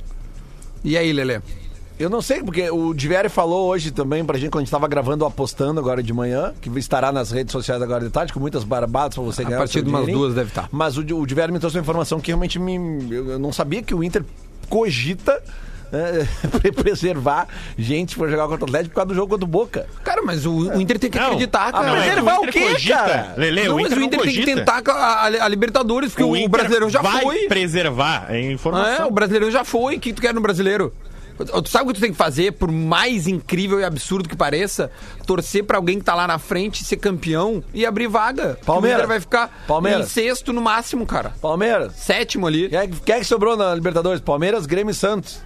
Speaker 1: E aí, Lelê?
Speaker 2: Eu não sei, porque o Divério falou hoje também pra gente, quando a gente tava gravando o Apostando agora de manhã, que estará nas redes sociais agora de tarde, com muitas barbadas pra você ganhar.
Speaker 1: A partir de umas 2 deve estar.
Speaker 2: Mas o Divério me trouxe uma informação que realmente eu não sabia que o Inter cogita preservar gente pra jogar contra o Atlético por causa do jogo contra o Boca.
Speaker 1: Cara, mas o Inter tem que acreditar, cara.
Speaker 2: preservar o quê, cara?
Speaker 5: Lelê,
Speaker 1: Não, mas o Inter tem que tentar a Libertadores, porque o Brasileirão já
Speaker 5: vai
Speaker 1: foi.
Speaker 5: Preservar, é informação.
Speaker 1: O Brasileirão já foi. O que tu quer no Brasileiro? Tu sabe o que tu tem que fazer, por mais incrível e absurdo que pareça? Torcer pra alguém que tá lá na frente ser campeão e abrir vaga.
Speaker 2: Palmeiras.
Speaker 1: O Inter vai ficar em 6º no máximo, cara.
Speaker 2: Palmeiras.
Speaker 1: 7º ali.
Speaker 2: Quem é que sobrou na Libertadores? Palmeiras, Grêmio e Santos.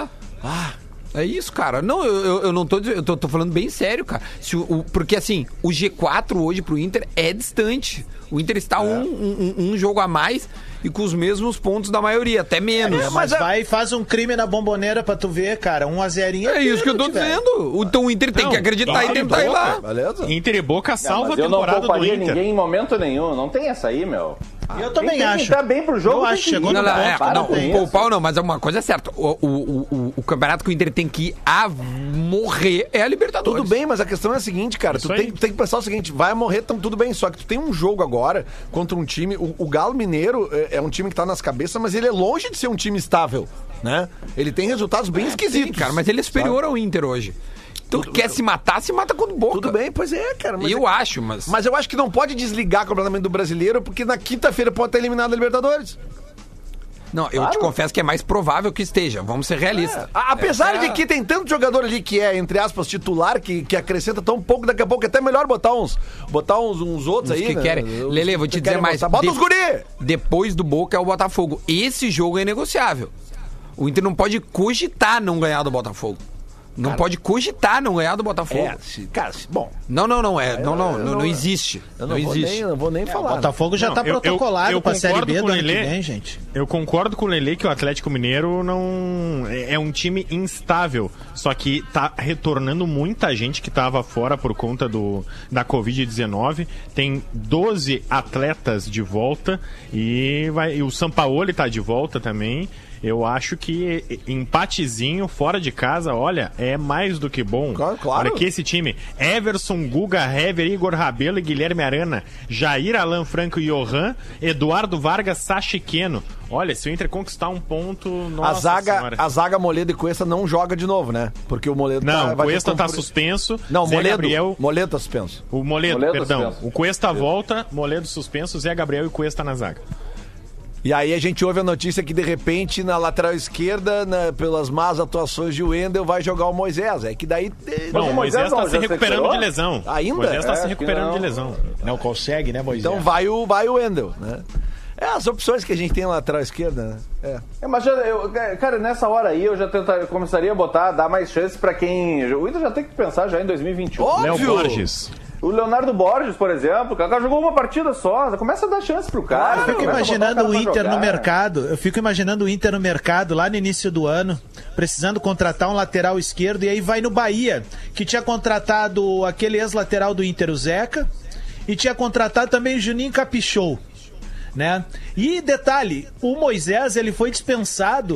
Speaker 1: É isso, cara. Não, eu não tô dizendo, eu tô falando bem sério, cara. Porque assim, o G4 hoje pro Inter é distante. O Inter está um jogo a mais e com os mesmos pontos da maioria, até menos.
Speaker 3: Mas vai e faz um crime na Bomboneira pra tu ver, cara. 1-0.
Speaker 1: É isso que eu tô dizendo. Então o Inter tem que acreditar e tentar ir lá.
Speaker 2: Beleza?
Speaker 5: Inter e Boca salva a
Speaker 4: eu não
Speaker 5: temporada do
Speaker 4: pouparia
Speaker 5: Inter.
Speaker 4: ninguém em momento nenhum. Não tem essa aí, meu.
Speaker 3: Eu também acho.
Speaker 4: Quem tá bem pro jogo,
Speaker 3: Eu acho que chegou
Speaker 1: Não,
Speaker 3: no ponto.
Speaker 1: poupar não, mas uma coisa é certa. O campeonato que o Inter tem que ir a morrer é a Libertadores.
Speaker 2: Tudo bem, mas a questão é a seguinte, cara. Tu tem que pensar o seguinte, vai morrer, tudo bem. Só que tu tem um jogo agora contra um time... O Galo Mineiro é um time que tá nas cabeças, mas ele é longe de ser um time estável, né? Ele tem resultados bem esquisitos.
Speaker 1: Sim, cara, mas ele é superior ao Inter hoje. Então quer se matar contra o Boca.
Speaker 2: Tudo bem, pois é, cara. Mas
Speaker 1: eu acho, mas...
Speaker 2: Mas eu acho que não pode desligar completamente do brasileiro, porque na quinta-feira pode estar eliminado a Libertadores.
Speaker 1: Não, eu te confesso que é mais provável que esteja. Vamos ser realistas.
Speaker 2: Apesar de que tem tanto jogador ali que é, entre aspas, titular, que acrescenta tão pouco, daqui a pouco é até melhor botar uns outros aí,
Speaker 1: que
Speaker 2: né?
Speaker 1: querem. Lele, vou te dizer mais.
Speaker 2: Bota os guri!
Speaker 1: Depois do Boca é o Botafogo. Esse jogo é inegociável. O Inter não pode cogitar não ganhar do Botafogo. Não pode cogitar não ganhar do Botafogo.
Speaker 2: Bom.
Speaker 1: Não existe.
Speaker 2: Eu não vou nem falar.
Speaker 3: O Botafogo já tá protocolado pra Série B do ano que vem, gente.
Speaker 5: Eu concordo com o Lelê que o Atlético Mineiro não é um time instável, só que tá retornando muita gente que tava fora por conta da Covid-19. Tem 12 atletas de volta e o Sampaoli tá de volta também. Eu acho que empatezinho fora de casa, olha, é mais do que bom.
Speaker 2: Claro.
Speaker 5: Olha que esse time, Everson, Guga, Hever, Igor Rabelo e Guilherme Arana, Jair, Alan Franco e Johan, Eduardo Vargas, Sacha e Queno. Olha, se o Inter conquistar um ponto, nossa senhora.
Speaker 2: A zaga Moledo e Cuesta não joga de novo, né? Porque o Moledo
Speaker 5: o Cuesta tá suspenso.
Speaker 2: Não,
Speaker 5: Zé
Speaker 2: Moledo tá suspenso.
Speaker 5: O Moledo, perdão.
Speaker 4: Suspenso.
Speaker 5: O Cuesta volta, Moledo suspenso, Zé Gabriel e Cuesta na zaga.
Speaker 2: E aí a gente ouve a notícia que de repente na lateral esquerda, pelas más atuações de Wendel, vai jogar o Moisés. É que daí...
Speaker 5: Não, o Moisés tá se recuperando de lesão.
Speaker 2: Ainda?
Speaker 5: O Moisés tá se recuperando de lesão.
Speaker 3: Não consegue, né, Moisés?
Speaker 2: Então vai o Wendel, né? É as opções que a gente tem na lateral esquerda, né?
Speaker 4: Mas cara, nessa hora aí eu já começaria a dar mais chance pra quem... O Inter já tem que pensar já em 2021.
Speaker 2: Óbvio!
Speaker 5: Léo Borges.
Speaker 4: O Leonardo Borges, por exemplo, o cara jogou uma partida só, começa a dar chance pro cara.
Speaker 3: Eu fico imaginando o Inter no mercado. Eu fico imaginando o Inter no mercado lá no início do ano, precisando contratar um lateral esquerdo, e aí vai no Bahia, que tinha contratado aquele ex-lateral do Inter, o Zeca, e tinha contratado também o Juninho Capichou, né? E detalhe, o Moisés, ele foi dispensado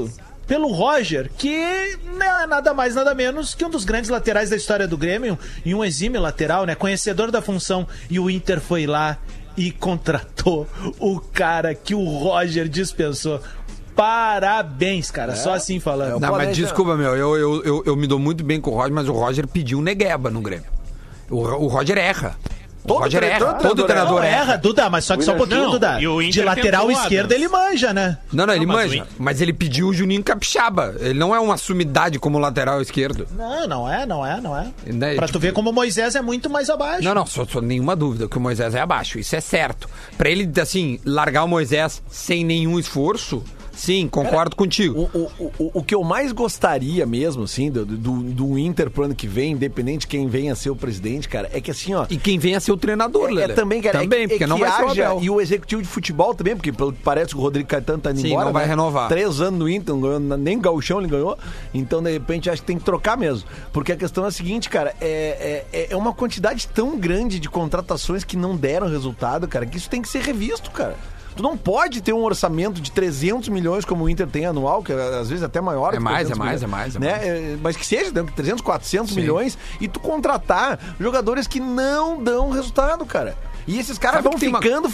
Speaker 3: pelo Roger, que não é nada mais, nada menos que um dos grandes laterais da história do Grêmio e um exímio lateral, né? Conhecedor da função. E o Inter foi lá e contratou o cara que o Roger dispensou. Parabéns, cara. Só assim falando.
Speaker 1: Não, mas desculpa, meu. Eu me dou muito bem com o Roger, mas o Roger pediu negueba no Grêmio. O Roger erra. Todo treinador
Speaker 3: erra, Duda, mas só que só um pouquinho, Duda. De lateral esquerdo ele manja, né?
Speaker 1: Não, ele manja. Mas ele pediu o Juninho Capixaba. Ele não é uma sumidade como lateral esquerdo.
Speaker 3: Não é. Pra tu ver como o Moisés é muito mais abaixo.
Speaker 1: Não, só nenhuma dúvida que o Moisés é abaixo. Isso é certo. Pra ele, assim, largar o Moisés sem nenhum esforço... Sim, concordo contigo.
Speaker 2: O que eu mais gostaria mesmo, assim, do Inter pro ano que vem, independente de quem venha a ser o presidente, cara, é que assim, ó...
Speaker 1: E quem venha a ser o treinador, Lelê.
Speaker 2: Também, cara.
Speaker 1: Porque não vai ser o Abel.
Speaker 2: E o executivo de futebol também, porque parece que o Rodrigo Caetano tá indo embora.
Speaker 1: Sim, não vai renovar.
Speaker 2: 3 anos no Inter, não ganhou, nem gauchão ele ganhou. Então, de repente, acho que tem que trocar mesmo. Porque a questão é a seguinte, cara, é uma quantidade tão grande de contratações que não deram resultado, cara, que isso tem que ser revisto, cara. Tu não pode ter um orçamento de 300 milhões como o Inter tem anual, que às vezes até maior.
Speaker 1: É mais.
Speaker 2: Mas que seja, 300, 400 milhões, e tu contratar jogadores que não dão resultado, cara. E esses caras vão ficando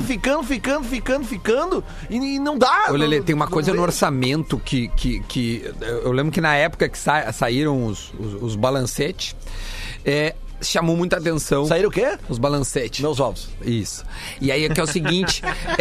Speaker 2: e não dá.
Speaker 1: Ô, Lelê, tem uma coisa no orçamento que eu lembro que na época que saíram os balancetes, chamou muita atenção.
Speaker 2: Saíram o quê?
Speaker 1: Os balancetes.
Speaker 2: Meus ovos.
Speaker 1: Isso. E aí é que é o seguinte,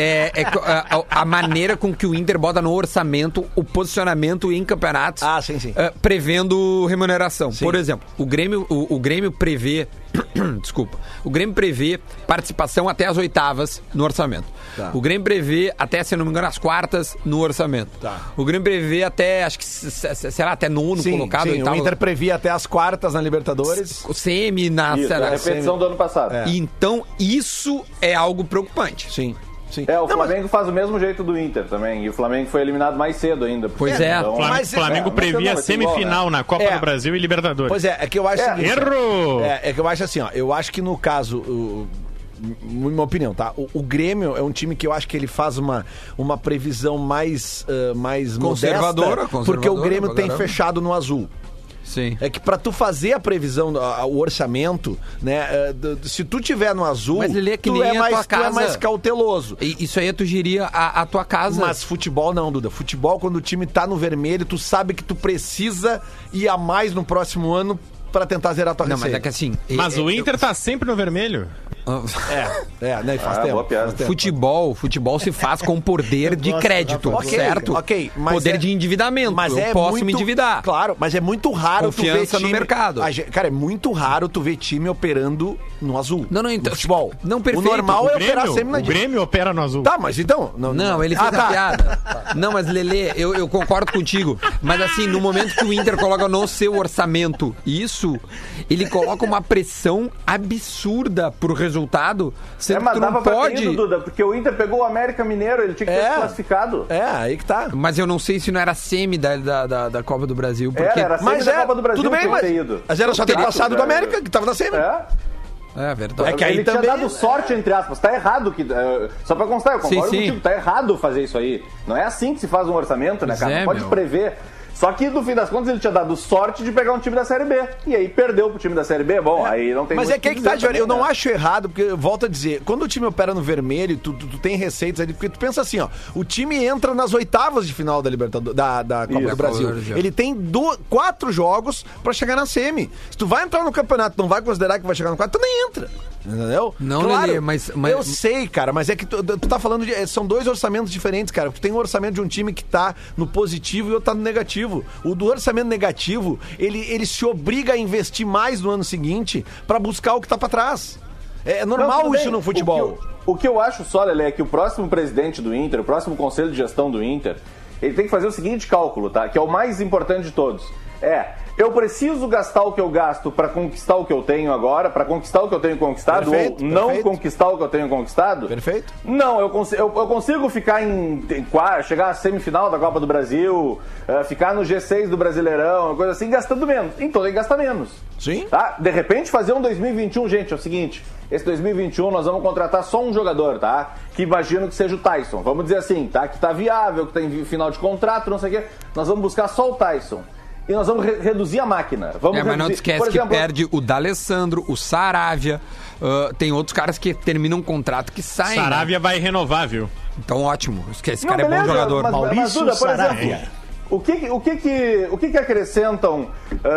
Speaker 1: a maneira com que o Inter bota no orçamento o posicionamento em campeonatos.
Speaker 2: Sim.
Speaker 1: Prevendo remuneração.
Speaker 2: Sim.
Speaker 1: Por exemplo, o Grêmio prevê desculpa. O Grêmio prevê participação até as oitavas no orçamento.
Speaker 2: Tá.
Speaker 1: O Grêmio prevê até, se não me engano, as quartas no orçamento.
Speaker 2: Tá.
Speaker 1: O Grêmio prevê até, acho que, será até nono colocado.
Speaker 2: Sim, o Inter previa até as quartas na Libertadores.
Speaker 1: Semi na...
Speaker 4: Isso, a repetição do ano passado.
Speaker 1: Então, isso é algo preocupante.
Speaker 2: Sim.
Speaker 4: O Flamengo faz o mesmo jeito do Inter também. E o Flamengo foi eliminado mais cedo ainda.
Speaker 1: Pois é.
Speaker 5: Então, o Flamengo previa semifinal na Copa do Brasil e Libertadores.
Speaker 2: Pois é que eu acho...
Speaker 5: Errou!
Speaker 2: É que eu acho assim, ó. Eu acho que no caso... minha opinião, tá? O Grêmio é um time que eu acho que ele faz uma previsão mais
Speaker 1: conservadora,
Speaker 2: porque o Grêmio tem fechado no azul.
Speaker 1: Sim.
Speaker 2: É que pra tu fazer a previsão, o orçamento, né? Se tu tiver no azul,
Speaker 1: mas ele
Speaker 2: tu é mais cauteloso.
Speaker 1: Isso aí tu giria a tua casa.
Speaker 2: Mas futebol não, Duda. Futebol, quando o time tá no vermelho, tu sabe que tu precisa ir a mais no próximo ano pra tentar zerar a tua receita.
Speaker 1: Mas é que assim...
Speaker 5: Mas o Inter tá sempre no vermelho?
Speaker 2: Né? Faz tempo.
Speaker 1: Futebol se faz com poder de crédito, certo?
Speaker 2: Ok, mas
Speaker 1: poder de endividamento.
Speaker 2: Mas
Speaker 1: eu posso me endividar.
Speaker 2: Claro, mas é muito raro tu ver
Speaker 1: confiança
Speaker 2: time...
Speaker 1: no mercado.
Speaker 2: Cara, é muito raro tu ver time operando no azul.
Speaker 1: Não, então...
Speaker 2: No futebol.
Speaker 1: Não, perfeito.
Speaker 2: O normal é operar sempre na...
Speaker 5: O Grêmio opera no azul.
Speaker 2: Tá, mas então...
Speaker 1: Não, ele fez a piada. Não, mas Lelê, eu concordo contigo. Mas assim, no momento que o Inter coloca no seu orçamento isso, ele coloca uma pressão absurda pro resultado, sendo que tu não pode...
Speaker 4: Duda, porque o Inter pegou o América Mineiro, ele tinha que ter se classificado.
Speaker 2: Aí que tá.
Speaker 1: Mas eu não sei se não era semi da Copa do Brasil. Porque...
Speaker 4: Era semi da Copa do Brasil.
Speaker 2: Tudo bem, mas era só ter passado do América, que tava na semi.
Speaker 1: É verdade.
Speaker 2: É que aí
Speaker 4: ele
Speaker 2: também...
Speaker 4: tinha dado sorte, entre aspas. Tá errado. Só pra constar, eu concordo contigo. Tá errado fazer isso aí. Não é assim que se faz um orçamento, né, cara? Não pode prever. Só que, no fim das contas, ele tinha dado sorte de pegar um time da Série B. E aí perdeu pro time da Série B. Bom, aí não tem...
Speaker 2: Mas é que aí que tá, eu não acho errado, porque, volto a dizer, quando o time opera no vermelho, tu tem receitas ali, porque tu pensa assim, ó, o time entra nas oitavas de final da Libertadores, da Copa do Brasil. Ele tem 4 jogos pra chegar na semi. Se tu vai entrar no campeonato, não vai considerar que vai chegar no 4, tu nem entra. Entendeu?
Speaker 1: Não,
Speaker 2: claro,
Speaker 1: Lelê, mas...
Speaker 2: Eu sei, cara, mas é que tu tá falando de... São 2 orçamentos diferentes, cara. Tu tem um orçamento de um time que tá no positivo e outro tá no negativo. O do orçamento negativo, ele se obriga a investir mais no ano seguinte pra buscar o que tá pra trás. É normal isso no futebol.
Speaker 4: O que eu acho só, Lelê, é que o próximo presidente do Inter, o próximo conselho de gestão do Inter, ele tem que fazer o seguinte cálculo, tá? Que é o mais importante de todos. Eu preciso gastar o que eu gasto para conquistar o que eu tenho agora, para conquistar o que eu tenho conquistado, ou não conquistar o que eu tenho conquistado?
Speaker 2: Perfeito.
Speaker 4: Não, eu consigo ficar chegar à semifinal da Copa do Brasil, ficar no G6 do Brasileirão, uma coisa assim, gastando menos. Então tem que gastar menos.
Speaker 2: Sim.
Speaker 4: Tá? De repente fazer um 2021, gente, é o seguinte, esse 2021 nós vamos contratar só um jogador, tá? Que imagino que seja o Tyson. Vamos dizer assim, tá? Que tá viável, que tá em final de contrato, não sei o quê. Nós vamos buscar só o Tyson. E nós vamos reduzir a máquina.
Speaker 1: Mas não te esquece, por exemplo, que perde o D'Alessandro, o Saravia. Tem outros caras que terminam um contrato que saem.
Speaker 5: Saravia vai renovar, viu?
Speaker 1: Então ótimo. Esse cara é bom jogador.
Speaker 5: Maurício
Speaker 4: Duda, por
Speaker 5: Saravia.
Speaker 4: Exemplo, o que acrescentam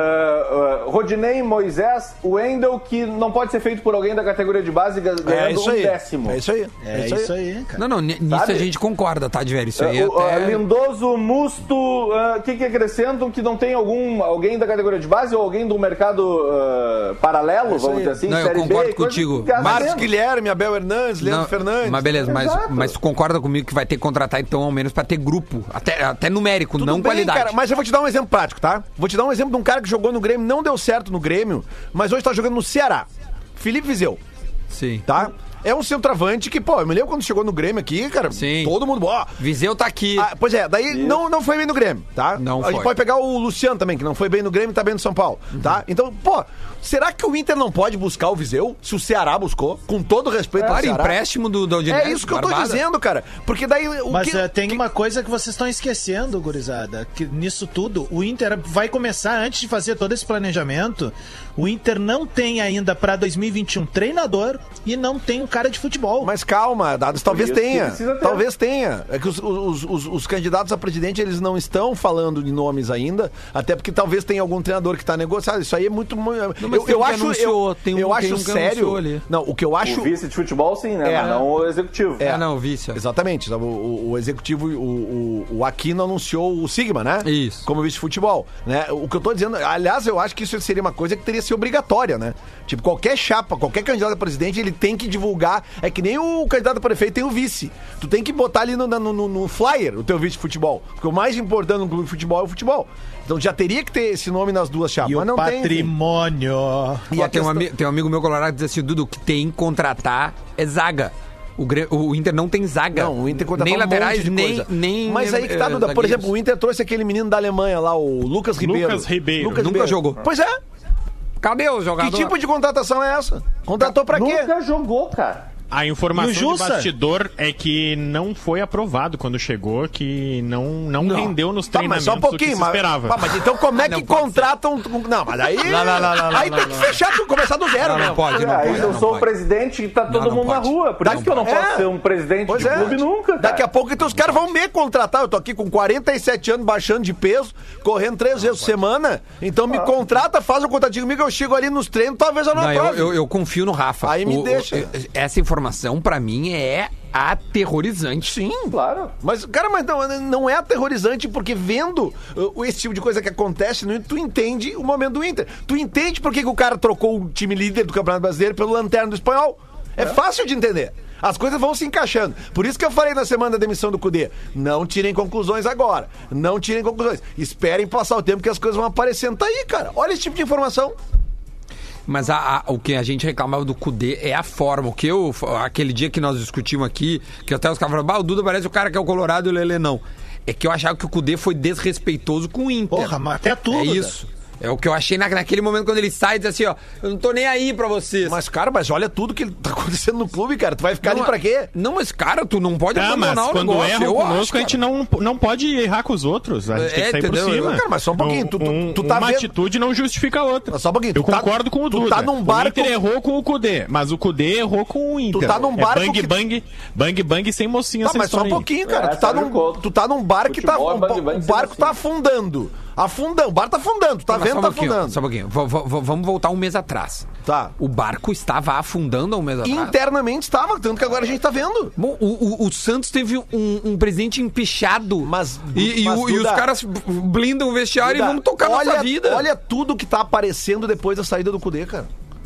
Speaker 4: Rodinei, Moisés, o Wendel, que não pode ser feito por alguém da categoria de base ganhando décimo?
Speaker 2: É isso aí.
Speaker 3: É isso aí, cara.
Speaker 1: Não, nisso a gente concorda, tá, de velho? Isso aí
Speaker 4: Lindoso, Musto, o que acrescentam que não tem alguém da categoria de base ou alguém do mercado paralelo, vamos dizer assim?
Speaker 1: Não, eu concordo contigo.
Speaker 2: Marcos Guilherme, Abel Hernandes, Leandro Fernandes.
Speaker 1: Mas beleza, mas tu concorda comigo que vai ter que contratar então ao menos pra ter grupo, até numérico,
Speaker 2: Tudo
Speaker 1: não
Speaker 2: bem,
Speaker 1: qualidade.
Speaker 2: Cara, mas eu vou te dar um exemplo prático, tá? Vou te dar um exemplo de um cara que jogou no Grêmio, não deu certo no Grêmio, mas hoje tá jogando no Ceará. Felipe Vizeu.
Speaker 1: Sim.
Speaker 2: Tá? É um centroavante que, pô, eu me lembro quando chegou no Grêmio aqui, cara,
Speaker 1: sim,
Speaker 2: todo mundo, ó.
Speaker 1: Vizeu tá aqui.
Speaker 2: Pois é, daí não foi bem no Grêmio, tá?
Speaker 1: Não
Speaker 2: A gente pode pegar o Luciano também, que não foi bem no Grêmio e tá bem no São Paulo, tá? Então, pô, será que o Inter não pode buscar o Vizeu, se o Ceará buscou, com todo respeito ao Ceará?
Speaker 1: Empréstimo do Udinese.
Speaker 2: É isso que eu tô dizendo, cara, porque daí...
Speaker 3: Tem uma coisa que vocês estão esquecendo, gurizada, que nisso tudo, o Inter vai começar, antes de fazer todo esse planejamento, o Inter não tem ainda pra 2021 treinador e não tem um cara de futebol.
Speaker 2: Mas calma, Dados, talvez tenha. Talvez tenha. É que os candidatos a presidente, eles não estão falando de nomes ainda, até porque talvez tenha algum treinador que tá negociado. Isso aí é muito... Eu acho sério... Não, o que eu acho...
Speaker 4: O vice de futebol, sim, né? Mas não o executivo.
Speaker 2: Não, o vice. Exatamente. O executivo, o Aquino anunciou o Sigma, né?
Speaker 1: Isso.
Speaker 2: Como vice de futebol. Né? O que eu tô dizendo... Aliás, eu acho que isso seria uma coisa que teria que ser obrigatória, né? Tipo, qualquer chapa, qualquer candidato a presidente, ele tem que divulgar. É que nem o candidato a prefeito tem o vice. Tu tem que botar ali no flyer o teu vice de futebol. Porque o mais importante no clube de futebol é o futebol. Então já teria que ter esse nome nas duas chapas.
Speaker 3: E
Speaker 2: mas
Speaker 3: o
Speaker 2: não
Speaker 3: patrimônio.
Speaker 2: Tem. E
Speaker 1: tem um amigo meu colorado que diz assim, Dudu, que tem que contratar é zaga. O Inter não tem zaga.
Speaker 2: Não, o Inter contratou
Speaker 1: nem laterais, nem...
Speaker 2: Mas aí que tá, Duda. Por exemplo, o Inter trouxe aquele menino da Alemanha lá, o Lucas Ribeiro.
Speaker 1: Nunca jogou.
Speaker 2: Pois é.
Speaker 1: Cadê o jogador?
Speaker 2: Que tipo de contratação é essa? Contratou pra quê?
Speaker 4: Nunca jogou, cara.
Speaker 5: A informação de bastidor é que não foi aprovado quando chegou, que não rendeu nos treinamentos,
Speaker 2: mas só um pouquinho,
Speaker 5: o que se esperava.
Speaker 2: Mas então como é que contratam... Não, mas aí... Aí tem que fechar tudo, começar do zero.
Speaker 1: Não pode.
Speaker 4: Eu sou o presidente e tá todo mundo na rua. Por isso que eu não posso ser um presidente de clube nunca, cara.
Speaker 2: Daqui a pouco, então, os caras vão me contratar. Eu tô aqui com 47 anos, baixando de peso, correndo 3 vezes por semana. Então me contrata, faz um contatinho comigo, eu chego ali nos treinos, talvez eu não aprove.
Speaker 1: Eu confio no Rafa.
Speaker 2: Aí me deixa.
Speaker 1: Essa informação, pra mim, é aterrorizante.
Speaker 2: Sim, claro. Mas, cara, não é aterrorizante porque vendo esse tipo de coisa que acontece, tu entende o momento do Inter. Tu entende por que o cara trocou o time líder do Campeonato Brasileiro pelo Lanterna do Espanhol. É fácil de entender. As coisas vão se encaixando. Por isso que eu falei na semana da demissão do Cudê. Não tirem conclusões agora. Não tirem conclusões. Esperem passar o tempo que as coisas vão aparecendo. Tá aí, cara. Olha esse tipo de informação.
Speaker 1: Mas o que a gente reclamava do Cudê é a forma. Aquele dia que nós discutimos aqui, que até os caras falaram, o Duda parece o cara que é o Colorado e o Lelê não. É que eu achava que o Cudê foi desrespeitoso com o Inter.
Speaker 3: Porra, mas até tudo.
Speaker 1: É isso. É o que eu achei naquele momento quando ele sai e diz assim, ó, eu não tô nem aí pra vocês.
Speaker 2: Mas, cara, olha tudo que tá acontecendo no clube, cara. Tu vai ficar ali pra quê?
Speaker 1: Não, mas, cara, tu não pode abandonar o negócio.
Speaker 5: Quando erra conosco, a gente não pode errar com os outros. A gente tem que sair por cima.
Speaker 2: Cara, mas só um pouquinho. Tu tá
Speaker 5: uma atitude não justifica a outra.
Speaker 2: Mas só um pouquinho.
Speaker 5: Eu concordo com o Duda.
Speaker 2: Tu tá num barco...
Speaker 5: O Inter errou com o Cudê, mas o Cudê errou com o Inter.
Speaker 2: Tu tá num barco
Speaker 5: bang sem mocinha.
Speaker 2: Tá, mas só um pouquinho, cara. Tu tá num barco que tá... O barco tá afundando. O barco tá afundando. Tu tá vendo, tá afundando.
Speaker 1: Só um pouquinho. Vamos voltar um mês atrás.
Speaker 2: Tá.
Speaker 1: O barco estava afundando há um mês atrás?
Speaker 2: Internamente estava, tanto que agora a gente tá vendo.
Speaker 1: Bom, o Santos teve um presidente empichado. E os caras blindam o vestiário e vão tocar nossa vida.
Speaker 2: Olha tudo que tá aparecendo depois da saída do Cudê, cara.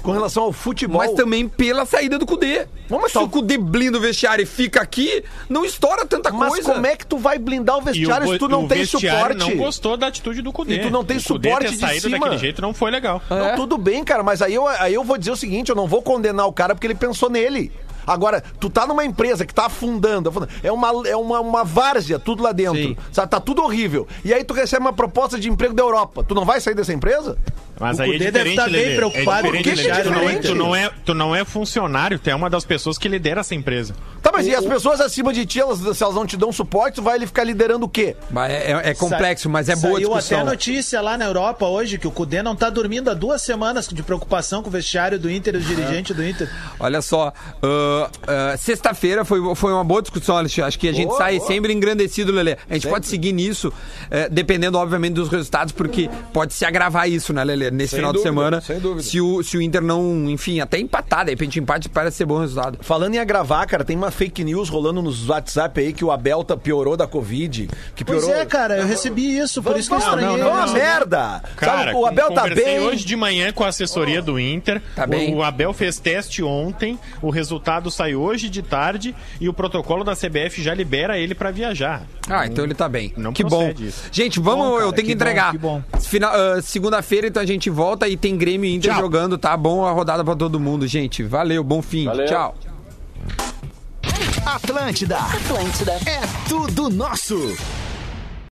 Speaker 2: com relação ao futebol.
Speaker 1: Mas também pela saída do Cudê. Se o Cudê blinda o vestiário e fica aqui, não estoura tanta coisa.
Speaker 2: Mas como é que tu vai blindar o vestiário se tu não tem suporte?
Speaker 5: Não gostou da atitude do Cudê.
Speaker 2: E tu não tem suporte de
Speaker 5: saído
Speaker 2: cima.
Speaker 5: daquele jeito não foi legal.
Speaker 2: Não, tudo bem, cara, mas aí eu vou dizer o seguinte, eu não vou condenar o cara porque ele pensou nele. Agora, tu tá numa empresa que tá afundando, é uma várzea, tudo lá dentro, sabe? Tá tudo horrível. E aí tu recebe uma proposta de emprego da Europa. Tu não vai sair dessa empresa?
Speaker 5: Mas aí é diferente, Lelê.
Speaker 3: Preocupado
Speaker 5: Tu não é funcionário, tu é uma das pessoas que lidera essa empresa.
Speaker 2: Tá, mas e as pessoas acima de ti, se elas não te dão suporte, tu vai ele ficar liderando o quê?
Speaker 1: É complexo, mas é boa a discussão.
Speaker 3: Saiu até notícia lá na Europa hoje que o Cudê não tá dormindo há 2 semanas de preocupação com o vestiário do Inter e o dirigente do Inter.
Speaker 1: Olha só, sexta-feira foi uma boa discussão, Alexandre. Acho que a gente sai sempre engrandecido, Lelê. A gente pode seguir nisso, dependendo, obviamente, dos resultados, porque pode se agravar isso, né, Lelê? Nesse final de semana, se o Inter não, enfim, até empatar, de repente empate parece ser bom resultado.
Speaker 2: Falando em agravar, cara, tem uma fake news rolando nos WhatsApp aí que o Abel piorou da Covid. Que piorou...
Speaker 3: Pois é, cara, eu recebi isso, por isso que eu estranhei.
Speaker 2: Não, merda!
Speaker 5: Cara,
Speaker 2: sabe, o Abel tá bem.
Speaker 5: Hoje de manhã com a assessoria do Inter.
Speaker 1: Tá bem.
Speaker 5: O Abel fez teste ontem, o resultado saiu hoje de tarde e o protocolo da CBF já libera ele pra viajar.
Speaker 1: Então ele tá bem.
Speaker 5: Não
Speaker 1: que bom.
Speaker 5: Isso.
Speaker 1: Gente, vamos,
Speaker 3: bom, cara,
Speaker 1: eu tenho que entregar.
Speaker 3: Bom.
Speaker 1: Segunda-feira, então a gente volta e tem Grêmio e Inter jogando, tá bom a rodada pra todo mundo, gente. Valeu, bom fim.
Speaker 4: Valeu.
Speaker 1: Tchau.
Speaker 7: Atlântida é tudo nosso.